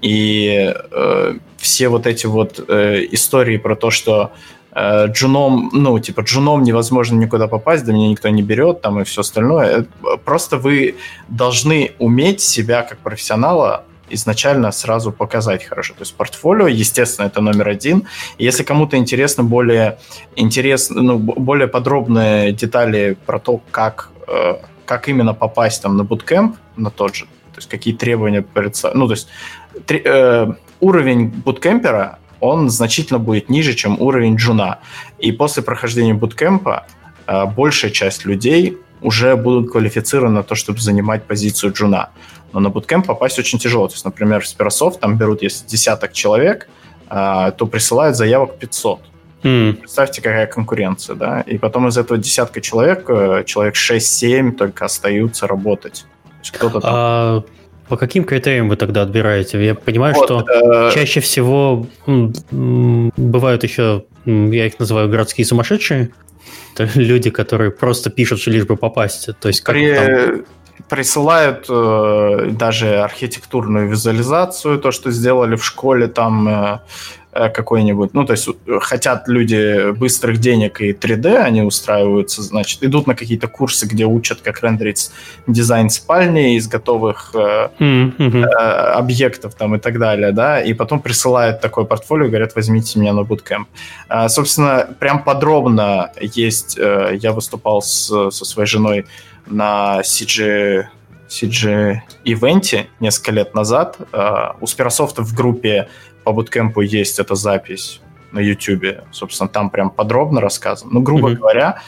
И э, все вот эти вот э, истории про то, что джуном, ну, типа, джуном невозможно никуда попасть, да меня никто не берет, там, и все остальное. Просто вы должны уметь себя как профессионала изначально сразу показать хорошо. То есть портфолио, естественно, это номер один. И если кому-то интересно более, интересно, ну, более подробные детали про то, как, как именно попасть там на буткемп, на тот же, то есть какие требования перед собой, ну, то есть три, э, уровень буткемпера, он значительно будет ниже, чем уровень джуна. И после прохождения буткемпа э, большая часть людей уже будут квалифицированы на то, чтобы занимать позицию джуна. Но на буткемп попасть очень тяжело. То есть, например, в Spirasoft там берут, если десяток человек, э, то присылают заявок пятьсот. Mm. Представьте, какая конкуренция, да? И потом из этого десятка человек, э, человек шесть-семь только остаются работать. Кто-то там... А... По каким критериям вы тогда отбираете? Я понимаю, вот, что э... чаще всего м, бывают еще, я их называю городские сумасшедшие, это люди, которые просто пишут, лишь бы попасть. То есть как При... там... Присылают э, даже архитектурную визуализацию, то, что сделали в школе, там э, какой-нибудь, ну, то есть хотят люди быстрых денег и три дэ, они устраиваются, значит, идут на какие-то курсы, где учат, как рендерить дизайн спальни из готовых э, mm-hmm. э, объектов там и так далее, да, и потом присылают такое портфолио, говорят, возьмите меня на буткемп. Э, собственно, прям подробно есть, э, я выступал с, со своей женой на си джи, си джи-ивенте несколько лет назад. Uh, у Spirasoft в группе по буткемпу есть эта запись на YouTube. Собственно, там прям подробно рассказано. Ну, грубо mm-hmm. говоря,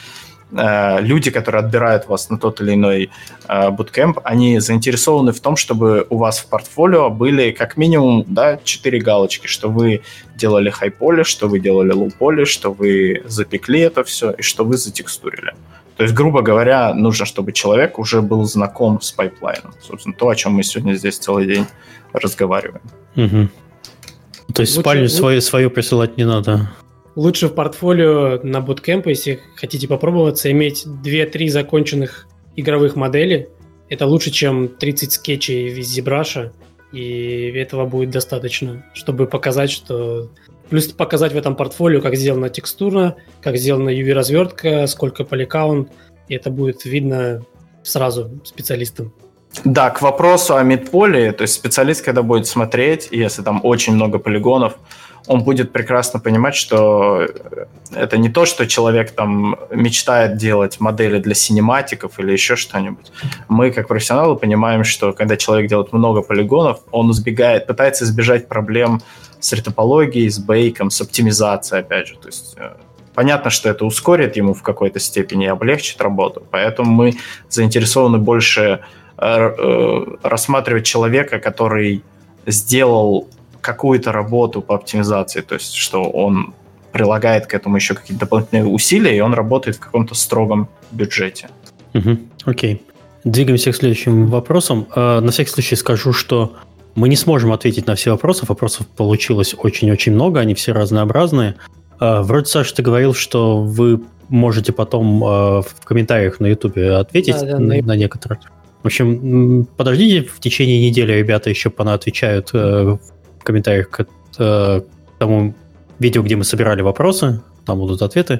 э, люди, которые отбирают вас на тот или иной э, буткемп, они заинтересованы в том, чтобы у вас в портфолио были как минимум, да, четыре галочки, что вы делали хай-поле, что вы делали лоу-поле, что вы запекли это все и что вы затекстурили. То есть, грубо говоря, нужно, чтобы человек уже был знаком с пайплайном. Собственно, то, о чем мы сегодня здесь целый день разговариваем. Угу. То есть Лучше, спальню свою, свою присылать не надо? Лучше в портфолио на буткемп, если хотите попробоваться, иметь две-три законченных игровых модели. Это лучше, чем тридцать скетчей из ZBrush, и этого будет достаточно, чтобы показать, что... Плюс показать в этом портфолио, как сделана текстура, как сделана ю ви-развертка, сколько поликаунт, и это будет видно сразу специалистам. Да, к вопросу о мидполе, то есть специалист, когда будет смотреть, если там очень много полигонов, он будет прекрасно понимать, что это не то, что человек там мечтает делать модели для синематиков или еще что-нибудь. Мы, как профессионалы, понимаем, что когда человек делает много полигонов, он избегает, пытается избежать проблем с ретопологией, с бейком, с оптимизацией, опять же. То есть понятно, что это ускорит ему в какой-то степени и облегчит работу, поэтому мы заинтересованы больше рассматривать человека, который сделал какую-то работу по оптимизации, то есть что он прилагает к этому еще какие-то дополнительные усилия, и он работает в каком-то строгом бюджете. Угу, окей. Двигаемся к следующим вопросам. На всякий случай скажу, что мы не сможем ответить на все вопросы. Вопросов получилось очень-очень много, они все разнообразные. Вроде, Саша, ты говорил, что вы можете потом в комментариях на Ютубе ответить да, да, на, на некоторые. В общем, подождите, в течение недели ребята еще понаотвечают в комментариях к тому видео, где мы собирали вопросы. Там будут ответы.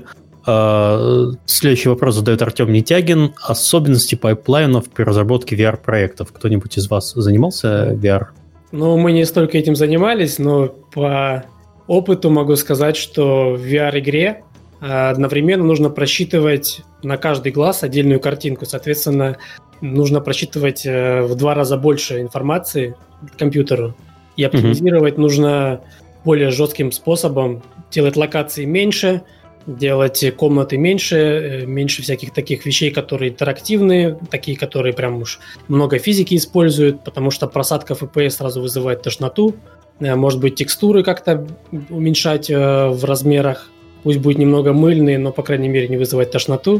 Следующий вопрос задает Артем Нетягин. Особенности пайплайнов при разработке ви ар-проектов. Кто-нибудь из вас занимался ви ар? Ну, мы не столько этим занимались, но по опыту могу сказать, что в ви ар-игре одновременно нужно просчитывать на каждый глаз отдельную картинку. Соответственно, нужно просчитывать в два раза больше информации к компьютеру. И оптимизировать mm-hmm. нужно более жестким способом. Делать локации меньше, делать комнаты меньше, меньше всяких таких вещей, которые интерактивные, такие, которые прям уж много физики используют, потому что просадка эф пи эс сразу вызывает тошноту. Может быть, текстуры как-то уменьшать в размерах. Пусть будет немного мыльные, но, по крайней мере, не вызывать тошноту.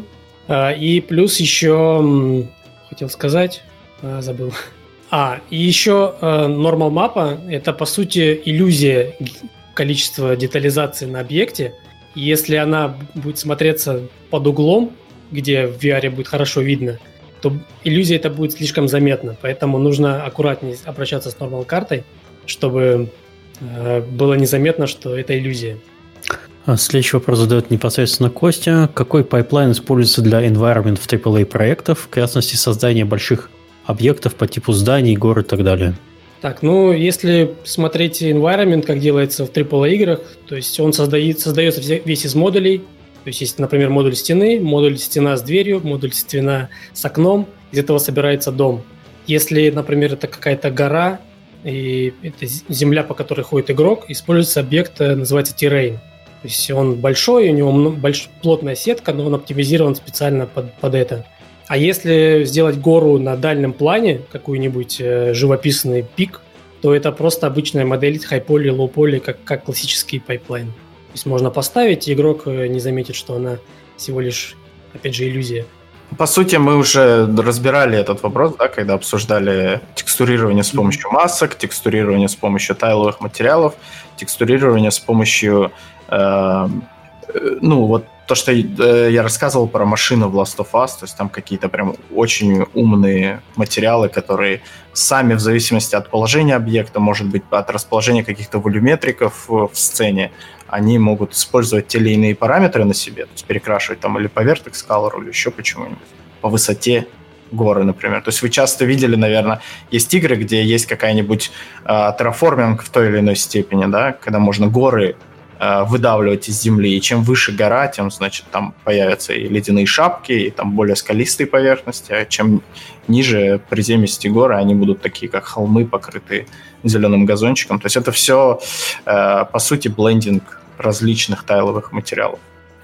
И плюс еще, хотел сказать, забыл. А, и еще normal map – это, по сути, иллюзия количества детализации на объекте. Если она будет смотреться под углом, где в ви ар будет хорошо видно, то иллюзия это будет слишком заметна. Поэтому нужно аккуратнее обращаться с normal картой, чтобы было незаметно, что это иллюзия. Следующий вопрос задает непосредственно Костя. Какой пайплайн используется для environment в трипл эй проектов, в частности, создания больших объектов по типу зданий, гор и так далее? Так, ну, если смотреть environment, как делается в трипл эй играх, то есть он создает, создается весь из модулей. То есть есть, например, модуль стены, модуль стена с дверью, модуль стена с окном. Из этого собирается дом. Если, например, это какая-то гора, и это земля, по которой ходит игрок, используется объект, называется terrain. То есть он большой, у него больш... плотная сетка, но он оптимизирован специально под, под это. А если сделать гору на дальнем плане, какой-нибудь э, живописный пик, то это просто обычная модель хай-поли, лоу-поли, как, как классический пайплайн. То есть можно поставить, и игрок не заметит, что она всего лишь, опять же, иллюзия. По сути, мы уже разбирали этот вопрос, да, когда обсуждали текстурирование с помощью масок, текстурирование с помощью тайловых материалов, текстурирование с помощью... Э, ну, вот то, что я рассказывал про машину в Last of Us, то есть там какие-то прям очень умные материалы, которые сами в зависимости от положения объекта, может быть, от расположения каких-то волюметриков в сцене, они могут использовать те или иные параметры на себе, то есть перекрашивать там или по vertex color, или еще почему-нибудь, по высоте горы, например. То есть вы часто видели, наверное, есть игры, где есть какая-нибудь э, терраформинг в той или иной степени, да, когда можно горы выдавливать из земли, и чем выше гора, тем, значит, там появятся и ледяные шапки, и там более скалистые поверхности, а чем ниже приземистые горы, они будут такие, как холмы, покрытые зеленым газончиком. То есть это все, по сути, блендинг различных тайловых материалов.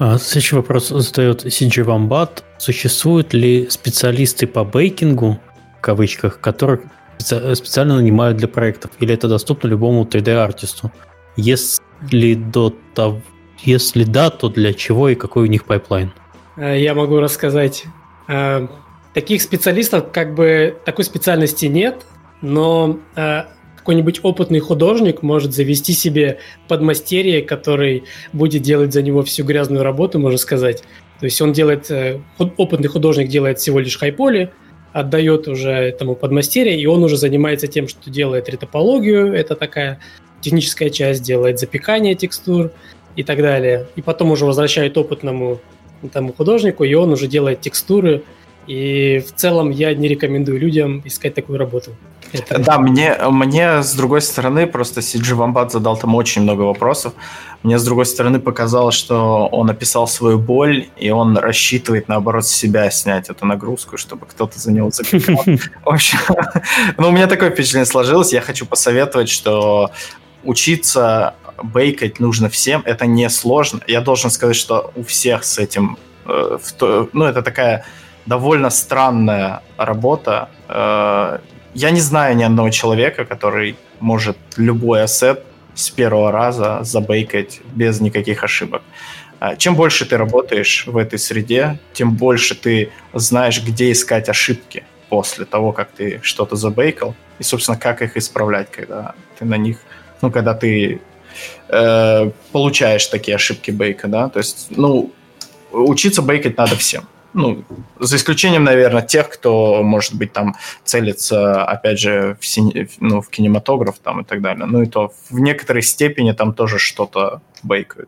А, следующий вопрос задает си джи Wombat. Существуют ли специалисты по бейкингу, в кавычках, которых специально нанимают для проектов? Или это доступно любому три дэ-артисту? Если, до того, если да, то для чего и какой у них пайплайн? Я могу рассказать. Таких специалистов, как бы такой специальности нет, но какой-нибудь опытный художник может завести себе подмастерье, который будет делать за него всю грязную работу, можно сказать. То есть он делает, опытный художник делает всего лишь хайполи, отдает уже этому подмастерье, и он уже занимается тем, что делает ретопологию, это такая техническая часть, делает запекание текстур и так далее. И потом уже возвращает опытному тому художнику, и он уже делает текстуры. И в целом я не рекомендую людям искать такую работу. Это... Да, мне, мне с другой стороны, просто си джи Wombat задал там очень много вопросов. Мне с другой стороны показалось, что он описал свою боль, и он рассчитывает, наоборот, с себя снять эту нагрузку, чтобы кто-то за него запекал. В общем, ну, у меня такое впечатление сложилось. Я хочу посоветовать, что учиться бейкать нужно всем. Это не сложно. Я должен сказать, что у всех с этим... Ну, это такая... довольно странная работа. Я не знаю ни одного человека, который может любой ассет с первого раза забейкать без никаких ошибок. Чем больше ты работаешь в этой среде, тем больше ты знаешь, где искать ошибки после того, как ты что-то забейкал, и, собственно, как их исправлять, когда ты на них, ну, когда ты э, получаешь такие ошибки бейка, да, то есть, ну, учиться бейкать надо всем. Ну, за исключением, наверное, тех, кто, может быть, там целится, опять же, в, син... ну, в кинематограф там, и так далее. Ну и то в некоторой степени там тоже что-то бейкают.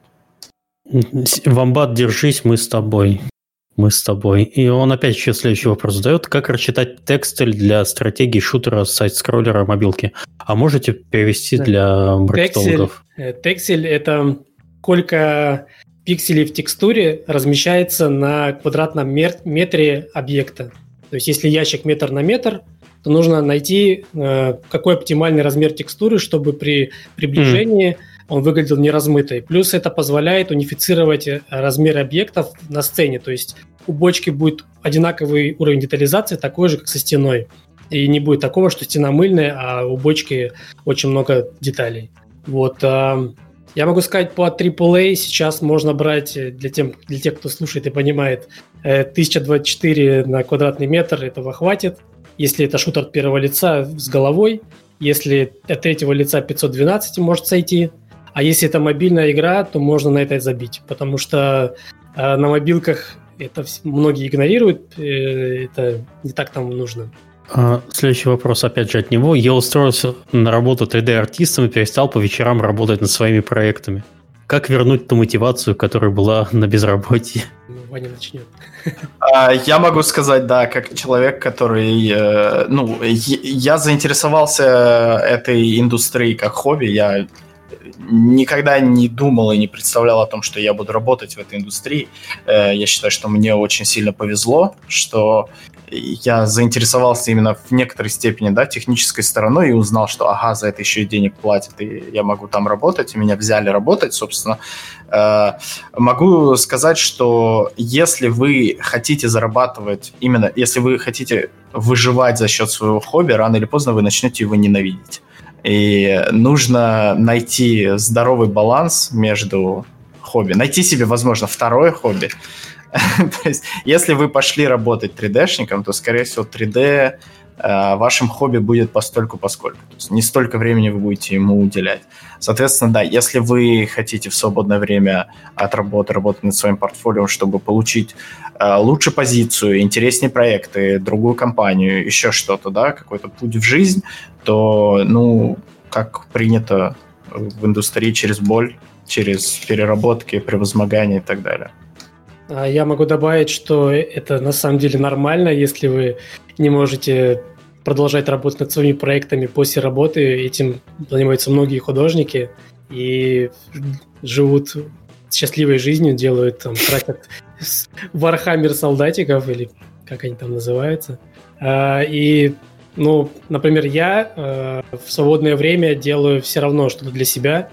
Wombat, держись, мы с тобой. Мы с тобой. И он опять еще следующий вопрос задает. Как рассчитать текстиль для стратегии шутера с сайт-скроллера мобилки? А можете перевести да. для маркетологов? Текстиль – это сколько... пикселей в текстуре размещается на квадратном метре объекта. То есть, если ящик метр на метр, то нужно найти, э, какой оптимальный размер текстуры, чтобы при приближении mm. он выглядел неразмытой. Плюс это позволяет унифицировать размеры объектов на сцене. То есть, у бочки будет одинаковый уровень детализации, такой же, как со стеной. И не будет такого, что стена мыльная, а у бочки очень много деталей. Вот. Э, Я могу сказать, по трипл эй сейчас можно брать, для, тем, для тех, кто слушает и понимает, тысяча двадцать четыре на квадратный метр, этого хватит. Если это шутер от первого лица с головой, если от третьего лица пятьсот двенадцать может сойти, а если это мобильная игра, то можно на это забить, потому что э, на мобилках это многие игнорируют, э, это не так там нужно. Следующий вопрос опять же от него. Я устроился на работу три дэ-артистом и перестал по вечерам работать над своими проектами. Как вернуть ту мотивацию, которая была на безработье? Ну, Ваня начнет. Я могу сказать, да, как человек, который... Ну, я заинтересовался этой индустрией как хобби. Я никогда не думал и не представлял о том, что я буду работать в этой индустрии. Я считаю, что мне очень сильно повезло, что я заинтересовался именно в некоторой степени, да, технической стороной и узнал, что, ага, за это еще и денег платят, и я могу там работать, и меня взяли работать, собственно. Могу сказать, что если вы хотите зарабатывать, именно если вы хотите выживать за счет своего хобби, рано или поздно вы начнете его ненавидеть. И нужно найти здоровый баланс между хобби. Найти себе, возможно, второе хобби. То есть, если вы пошли работать три дэ-шником, то, скорее всего, три дэ э, вашим хобби будет постольку-поскольку. То есть, не столько времени вы будете ему уделять. Соответственно, да, если вы хотите в свободное время от работы работать над своим портфолио, чтобы получить э, лучше позицию, интереснее проекты, другую компанию, еще что-то, да, какой-то путь в жизнь, то, ну, как принято в индустрии, через боль, через переработки, превозмогания и так далее. Я могу добавить, что это на самом деле нормально, если вы не можете продолжать работать над своими проектами после работы. Этим занимаются многие художники и живут счастливой жизнью, делают, там, тратят Warhammer солдатиков, или как они там называются. И, ну, например, я в свободное время делаю все равно что-то для себя.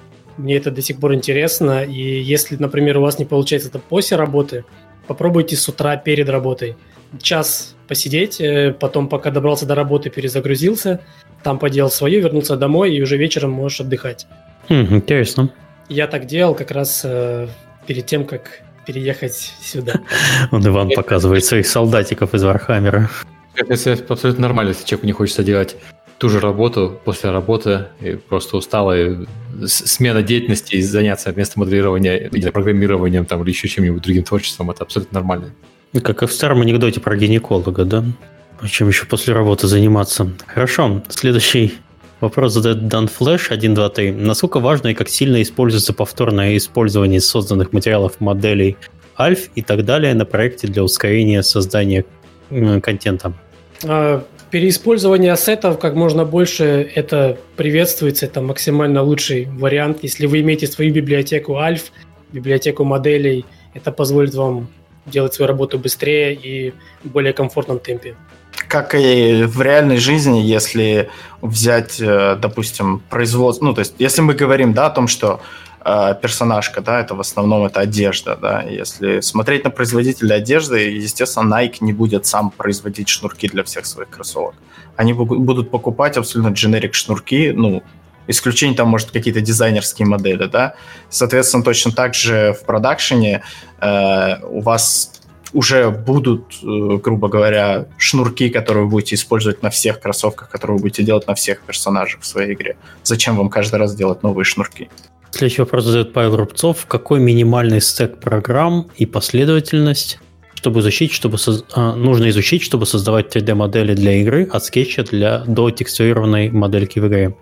мне это до сих пор интересно, и если, например, у вас не получается это после работы, попробуйте с утра перед работой. Час посидеть, потом, пока добрался до работы, перезагрузился, там поделал свое, вернулся домой, и уже вечером можешь отдыхать. Mm, интересно. Я так делал как раз э, перед тем, как переехать сюда. Он Иван показывает своих солдатиков из Вархаммера. Это абсолютно нормально, если человеку не хочется делать ту же работу после работы, и просто устал, и смена деятельности, и заняться вместо моделирования или программированием там, или еще чем-нибудь другим творчеством, это абсолютно нормально. Как и в старом анекдоте про гинеколога, да? Чем еще после работы заниматься? Хорошо, следующий вопрос задает Dan Flash один, два, три. Насколько важно и как сильно используется повторное использование созданных материалов, моделей Альф и так далее на проекте для ускорения создания э, контента? Переиспользование ассетов как можно больше, это приветствуется, это максимально лучший вариант. Если вы имеете свою библиотеку Альф, библиотеку моделей, это позволит вам делать свою работу быстрее и в более комфортном темпе. Как и в реальной жизни, если взять, допустим, производство, ну, то есть, если мы говорим, да, о том, что э, персонажка, да, это в основном это одежда, да, если смотреть на производителя одежды, естественно, Nike не будет сам производить шнурки для всех своих кроссовок. Они будут покупать абсолютно generic шнурки, ну, исключение там, может, какие-то дизайнерские модели, да, соответственно, точно так же в продакшене э, у вас уже будут, грубо говоря, шнурки, которые вы будете использовать на всех кроссовках, которые вы будете делать на всех персонажах в своей игре. Зачем вам каждый раз делать новые шнурки? Следующий вопрос задает Павел Рубцов. Какой минимальный стек программ и последовательность, чтобы изучить, чтобы соз... а, нужно изучить, чтобы создавать три дэ-модели для игры от скетча для... до текстурированной модельки в игре?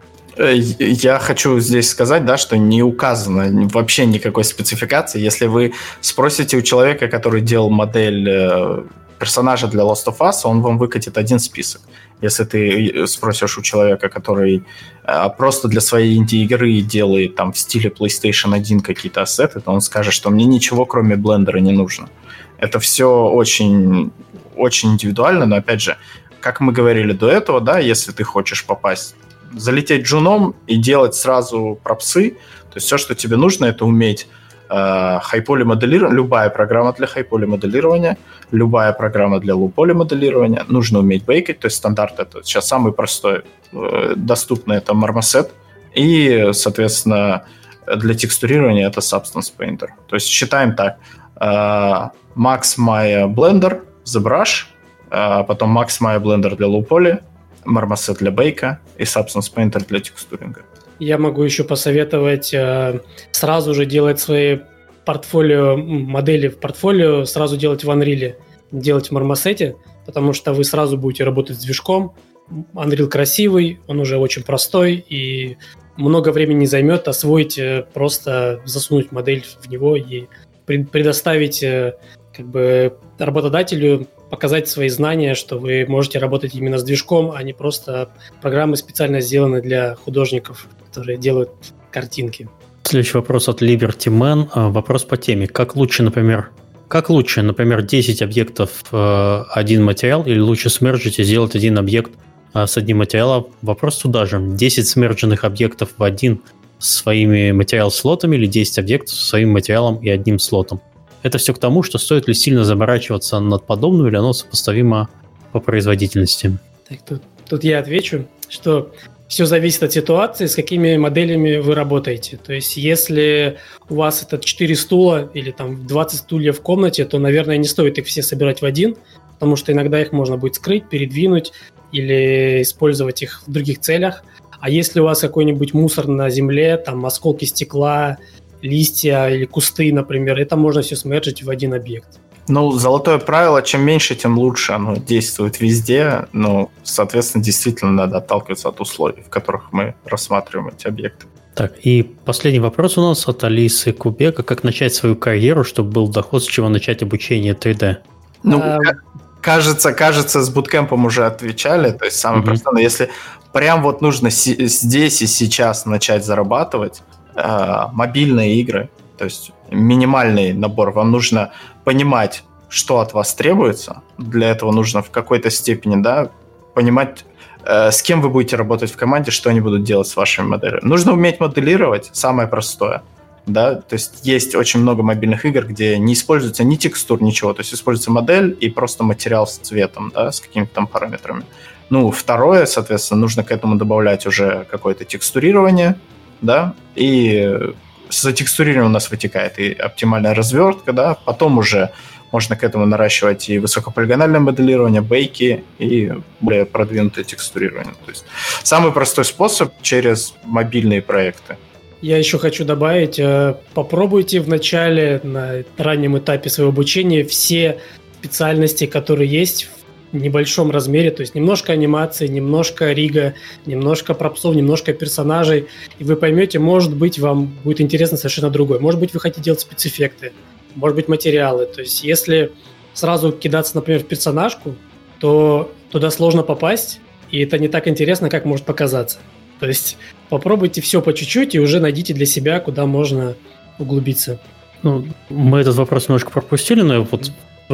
Я хочу здесь сказать, да, что не указано вообще никакой спецификации. Если вы спросите у человека, который делал модель персонажа для Last of Us, он вам выкатит один список. Если ты спросишь у человека, который просто для своей инди-игры делает там в стиле PlayStation один какие-то ассеты, то он скажет, что мне ничего кроме блендера не нужно. Это все очень, очень индивидуально, но опять же, как мы говорили до этого, да, если ты хочешь попасть залететь джуном и делать сразу пропсы, то есть все, что тебе нужно, это уметь э, хай-поли моделирование, любая программа для хай-поли моделирования, любая программа для лоу-поли моделирования, нужно уметь бейкать, то есть стандарт это сейчас самый простой, э, доступный это Marmoset, и, соответственно, для текстурирования это Substance Painter. То есть считаем так, э, Max Maya Blender, ZBrush, э, потом Max Maya Blender для лоу-поли, Marmoset для бейка и Substance Painter для текстуринга. Я могу еще посоветовать э, сразу же делать свои портфолио, модели в портфолио, сразу делать в Unreal, делать в Marmoset, потому что вы сразу будете работать с движком. Unreal красивый, он уже очень простой, и много времени займет освоить, э, просто засунуть модель в него и предоставить э, как бы работодателю показать свои знания, что вы можете работать именно с движком, а не просто программы специально сделаны для художников, которые делают картинки. Следующий вопрос от Liberty Man. Вопрос по теме. Как лучше, например, как лучше, например, десять объектов э, один материал, или лучше смержить и сделать один объект э, с одним материалом? Вопрос туда же. десять смерженных объектов в один с своими материал-слотами или десять объектов со своим материалом и одним слотом? Это все к тому, что стоит ли сильно заморачиваться над подобным, или оно сопоставимо по производительности? Так, тут, тут я отвечу, что все зависит от ситуации, с какими моделями вы работаете. То есть если у вас это четыре стула или там двадцать стульев в комнате, то, наверное, не стоит их все собирать в один, потому что иногда их можно будет скрыть, передвинуть или использовать их в других целях. А если у вас какой-нибудь мусор на земле, там осколки стекла, листья или кусты, например, это можно все смержить в один объект. Ну, золотое правило, чем меньше, тем лучше. Оно действует везде, но, соответственно, действительно надо отталкиваться от условий, в которых мы рассматриваем эти объекты. Так, и последний вопрос у нас от Алисы Кубека. Как начать свою карьеру, чтобы был доход, с чего начать обучение три дэ? Ну, а... кажется, кажется, с буткемпом уже отвечали. То есть самое mm-hmm. простое, но если прям вот нужно си- здесь и сейчас начать зарабатывать, мобильные игры, то есть минимальный набор. Вам нужно понимать, что от вас требуется. Для этого нужно в какой-то степени, да, понимать, э, с кем вы будете работать в команде, что они будут делать с вашими моделями. Нужно уметь моделировать, самое простое. Да? То есть есть очень много мобильных игр, где не используется ни текстур, ничего. То есть используется модель и просто материал с цветом, да, с какими-то там параметрами. Ну, второе, соответственно, нужно к этому добавлять уже какое-то текстурирование, да, и за текстурированием у нас вытекает и оптимальная развертка, да, потом уже можно к этому наращивать и высокополигональное моделирование, бейки и более продвинутое текстурирование. То есть самый простой способ через мобильные проекты. Я еще хочу добавить, попробуйте в начале, на раннем этапе своего обучения, все специальности, которые есть в небольшом размере, то есть немножко анимации, немножко рига, немножко пропсов, немножко персонажей, и вы поймете, может быть, вам будет интересно совершенно другое. Может быть, вы хотите делать спецэффекты, может быть, материалы. То есть если сразу кидаться, например, в персонажку, то туда сложно попасть, и это не так интересно, как может показаться. То есть попробуйте все по чуть-чуть и уже найдите для себя, куда можно углубиться. Ну, мы этот вопрос немножко пропустили, но вот э,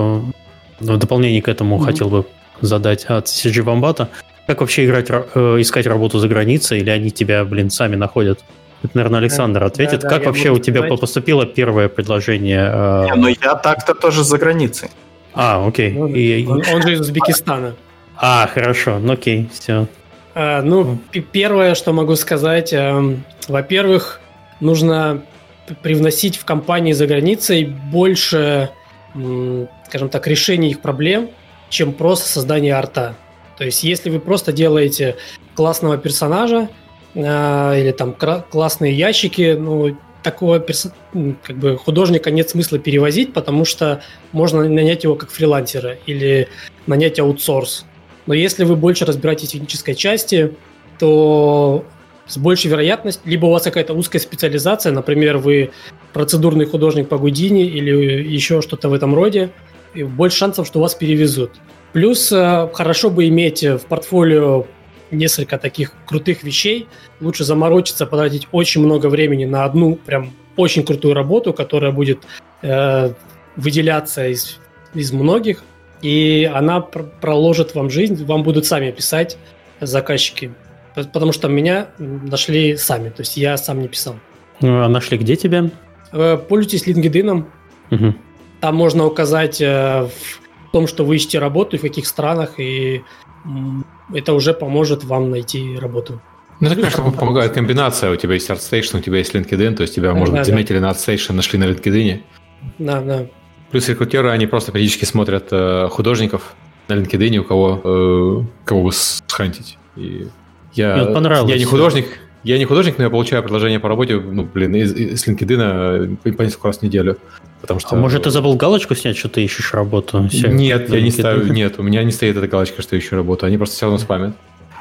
в дополнение к этому mm-hmm. хотел бы задать от си джи Wombat. Как вообще играть, э, искать работу за границей, или они тебя, блин, сами находят? Это, наверное, Александр ответит. Да, да, как вообще у тебя сказать. поступило первое предложение? Э... Не, ну я так-то тоже за границей. А, окей. Он, и, он, он же из Узбекистана. А, хорошо, ну окей, все. А, ну, п- первое, что могу сказать, э, во-первых, нужно привносить в компании за границей больше, м, скажем так, решений их проблем, чем просто создание арта. То есть, если вы просто делаете классного персонажа э, или там кра- классные ящики, ну, такого перс- как бы художника нет смысла перевозить, потому что можно нанять его как фрилансера или нанять аутсорс. Но если вы больше разбираетесь в технической части, то с большей вероятностью, либо у вас какая-то узкая специализация, например, вы процедурный художник по Гудини или еще что-то в этом роде, и больше шансов, что вас перевезут. Плюс хорошо бы иметь в портфолио несколько таких крутых вещей. Лучше заморочиться, потратить очень много времени на одну прям очень крутую работу, которая будет э, выделяться из, из многих, и она пр- проложит вам жизнь, вам будут сами писать заказчики. Потому что меня нашли сами, то есть я сам не писал. А нашли где тебя? Э, пользуйтесь LinkedIn. Угу. Там можно указать э, в том, что вы ищете работу, и в каких странах, и м, это уже поможет вам найти работу. Ну, так, конечно, помогает комбинация. У тебя есть ArtStation, у тебя есть LinkedIn, то есть тебя, может быть, да, заметили да. на ArtStation, нашли на LinkedIn. Да, да. Плюс рекрутеры, они просто периодически смотрят э, художников на LinkedIn, у кого, э, кого бы схантить. И я, я не художник, я не художник, но я получаю предложение по работе, ну, блин, из, из LinkedIn по несколько раз в неделю. Потому что... А может, ты забыл галочку снять, что ты ищешь работу? Все, нет, я не ставлю, нет, у меня не стоит эта галочка, что ищу работу, они просто все равно спамят.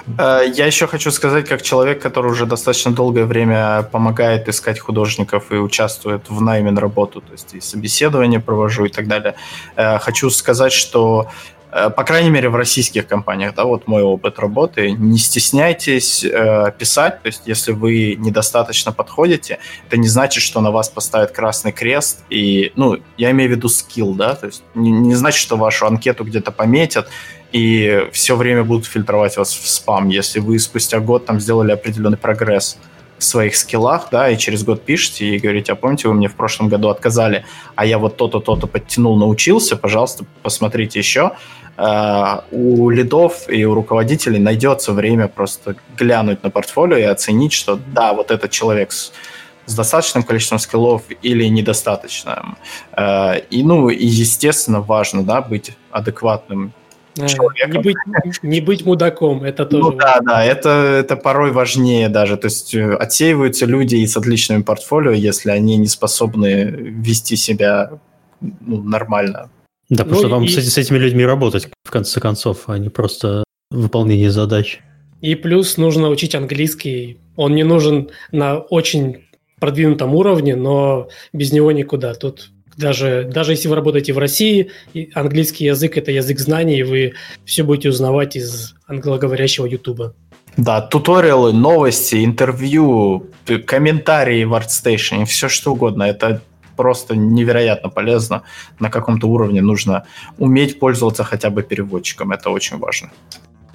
Я еще хочу сказать, как человек, который уже достаточно долгое время помогает искать художников и участвует в найме на работу, то есть и собеседования провожу и так далее, хочу сказать, что, по крайней мере, в российских компаниях, да, вот мой опыт работы, не стесняйтесь писать, то есть если вы недостаточно подходите, это не значит, что на вас поставят красный крест, и, ну, я имею в виду скилл, да, то есть не, не значит, что вашу анкету где-то пометят, и все время будут фильтровать вас в спам. Если вы спустя год там сделали определенный прогресс в своих скиллах, да, и через год пишете и говорите, а помните, вы мне в прошлом году отказали, а я вот то-то, то-то подтянул, научился, пожалуйста, посмотрите еще. Uh, у лидов и у руководителей найдется время просто глянуть на портфолио и оценить, что да, вот этот человек с, с достаточным количеством скиллов или недостаточным. Uh, и, ну, и, естественно, важно, да, быть адекватным человеком. Не быть, не быть мудаком, это тоже. Ну да, да, это, это порой важнее даже. То есть отсеиваются люди и с отличными портфолио, если они не способны вести себя, ну, нормально. Да, потому ну что вам и... с, с этими людьми работать, в конце концов, а не просто выполнение задач. И плюс нужно учить английский. Он не нужен на очень продвинутом уровне, но без него никуда. Тут Даже, даже если вы работаете в России, английский язык – это язык знаний, и вы все будете узнавать из англоговорящего Ютуба. Да, туториалы, новости, интервью, комментарии в ArtStation, все что угодно. Это просто невероятно полезно. На каком-то уровне нужно уметь пользоваться хотя бы переводчиком. Это очень важно.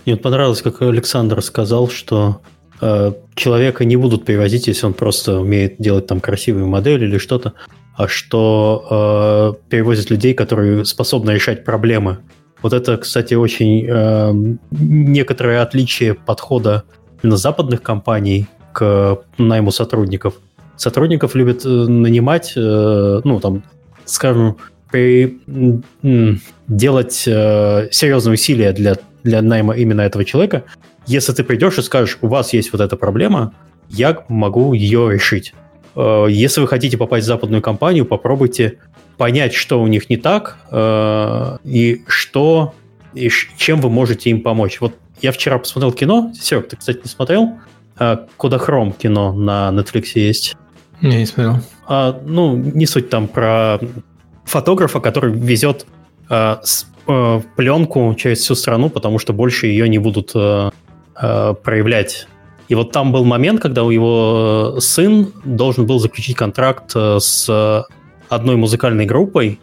Мне понравилось, как Александр сказал, что э, человека не будут перевозить, если он просто умеет делать там красивые модели или что-то, а что э, перевозят людей, которые способны решать проблемы. Вот это, кстати, очень э, некоторое отличие подхода именно западных компаний к найму сотрудников. Сотрудников любят нанимать, э, ну, там, скажем, при, м, делать э, серьезные усилия для, для найма именно этого человека. Если ты придешь и скажешь, у вас есть вот эта проблема, я могу ее решить. Э, если вы хотите попасть в западную компанию, попробуйте понять, что у них не так, э, и что, и чем вы можете им помочь. Вот я вчера посмотрел кино. Серег, ты, кстати, не смотрел? Кодахром кино на Netflix есть. Не, не смотрел. А, ну, не суть там про фотографа, который везет а, с, а, пленку через всю страну, потому что больше ее не будут а, а, проявлять. И вот там был момент, когда у его сын должен был заключить контракт с одной музыкальной группой,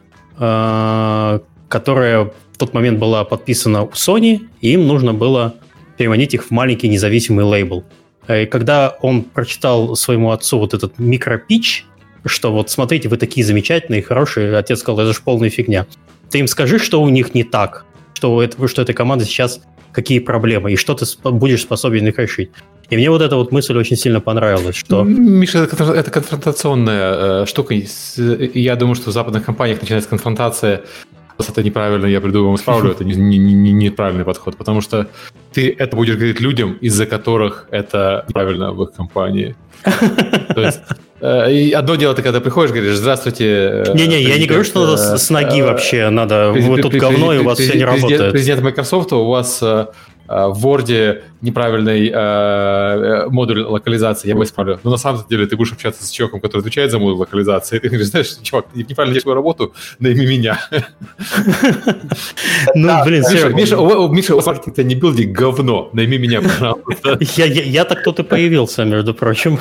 а, которая в тот момент была подписана у Sony, и им нужно было переманить их в маленький независимый лейбл. И когда он прочитал своему отцу вот этот микропитч, что вот смотрите, вы такие замечательные, хорошие, отец сказал, это же полная фигня. Ты им скажи, что у них не так, что у, этого, что у этой команды сейчас какие проблемы, и что ты будешь способен их решить. И мне вот эта вот мысль очень сильно понравилась, что... Миша, это, это конфронтационная э, штука. Я думаю, что в западных компаниях начинается конфронтация. Это неправильно, я приду вам исправлю, это неправильный не, не, не подход, потому что ты это будешь говорить людям, из-за которых это неправильно в их компании. То есть, э, одно дело, ты когда приходишь, говоришь, здравствуйте. Не-не, я не говорю, что надо с, с ноги вообще, надо, вы тут говно, и у вас все не работает. Президент Microsoft, у вас в Word неправильный э, модуль локализации, я его исправлю. Но на самом деле ты будешь общаться с человеком, который отвечает за модуль локализации, и ты говоришь, знаешь, чувак, ты неправильно делаешь свою работу, найми меня. Ну, блин, Миша, Миша, у вас маркетинг не билдинг, говно, найми меня, пожалуйста. Я-то кто-то появился, между прочим.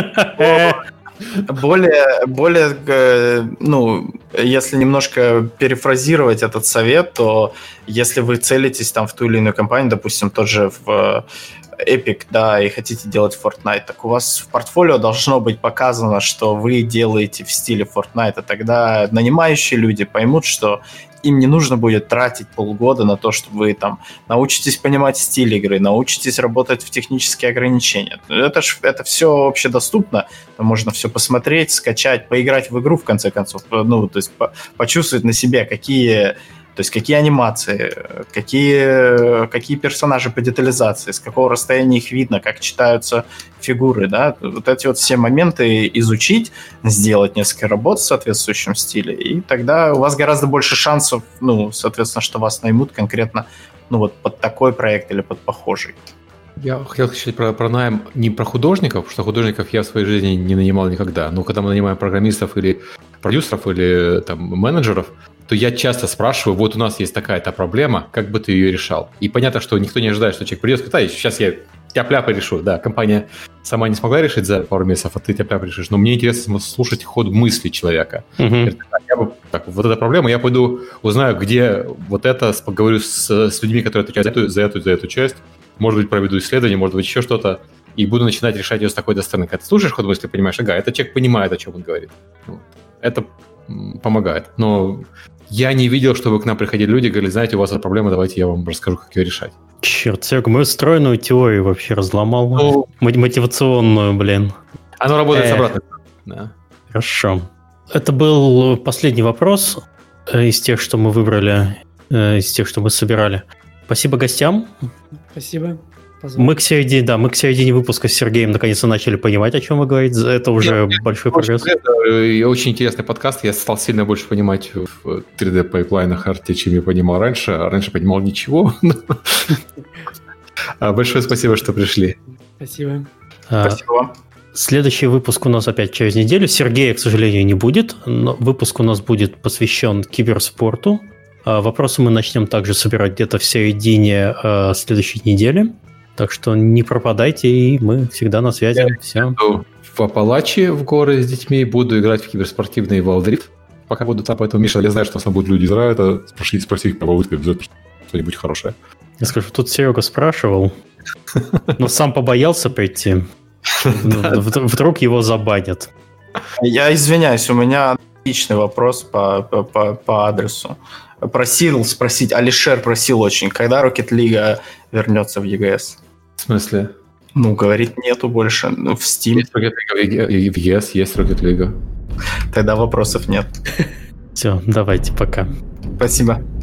Более, более, ну, если немножко перефразировать этот совет, то если вы целитесь там в ту или иную компанию, допустим, тот же в Epic, да, и хотите делать Fortnite, так у вас в портфолио должно быть показано, что вы делаете в стиле Fortnite, тогда нанимающие люди поймут, что им не нужно будет тратить полгода на то, чтобы вы там научитесь понимать стиль игры, научитесь работать в технические ограничения. Это ж это все общедоступно, можно все посмотреть, скачать, поиграть в игру в конце концов, ну, то есть по- почувствовать на себе, какие, то есть какие анимации, какие, какие персонажи по детализации, с какого расстояния их видно, как читаются фигуры, да, вот эти вот все моменты изучить, сделать несколько работ в соответствующем стиле, и тогда у вас гораздо больше шансов, ну, соответственно, что вас наймут конкретно, ну, вот под такой проект или под похожий. Я хотел сказать про, про найм не про художников, потому что художников я в своей жизни не нанимал никогда, но когда мы нанимаем программистов или продюсеров или там менеджеров, то я часто спрашиваю, вот у нас есть такая-то проблема, как бы ты ее решал? И понятно, что никто не ожидает, что человек придет и скажет, сейчас я тяп-ляп решу. Да, компания сама не смогла решить за пару месяцев, а ты тяп-ляп решишь. Но мне интересно слушать ход мысли человека. Uh-huh. Я бы, так, вот эта проблема, я пойду узнаю, где вот это, поговорю с, с людьми, которые отвечают за эту, за эту, за эту часть. Может быть, проведу исследование, может быть, еще что-то. И буду начинать решать ее с такой стороны. Когда ты слушаешь ход мысли, понимаешь, ага, этот человек понимает, о чем он говорит. Вот. Это помогает. Но я не видел, чтобы к нам приходили люди и говорили, знаете, у вас эта проблема, давайте я вам расскажу, как ее решать. Черт, Серега, мою стройную теорию вообще разломал. Ну, мотивационную, блин. Оно работает с обратной стороны. Да. Хорошо. Это был последний вопрос из тех, что мы выбрали, из тех, что мы собирали. Спасибо гостям. Спасибо. Мы к середине, да, мы к середине выпуска с Сергеем наконец-то начали понимать, о чем вы говорите. Это уже Нет, большой прогресс. Это очень интересный подкаст. Я стал сильно больше понимать в три дэ-пайплайнах арте, чем я понимал раньше. А раньше понимал ничего. Большое спасибо, что пришли. Спасибо. Спасибо вам. Следующий выпуск у нас опять через неделю. Сергея, к сожалению, не будет. Но выпуск у нас будет посвящен киберспорту. Вопросы мы начнем также собирать где-то в середине следующей недели. Так что не пропадайте, и мы всегда на связи. Я Все. В Апалаче в горы с детьми буду играть в киберспортивный Валдрифт. Пока буду там, поэтому, Миша, я знаю, что у нас будут люди из Райота. Спроси, спроси их, по-моему, что-нибудь хорошее. Я скажу, тут Серега спрашивал, но сам побоялся прийти. Вдруг его забанят. Я извиняюсь, у меня отличный вопрос по, по, по адресу. Просил спросить, Алишер просил очень, когда Rocket League вернется в и джи эс? В смысле? Ну, говорит, нету больше. Ну, в Steam. Есть Rocket League в и джи эс, есть Rocket League. Тогда вопросов нет. Все, давайте, пока. Спасибо.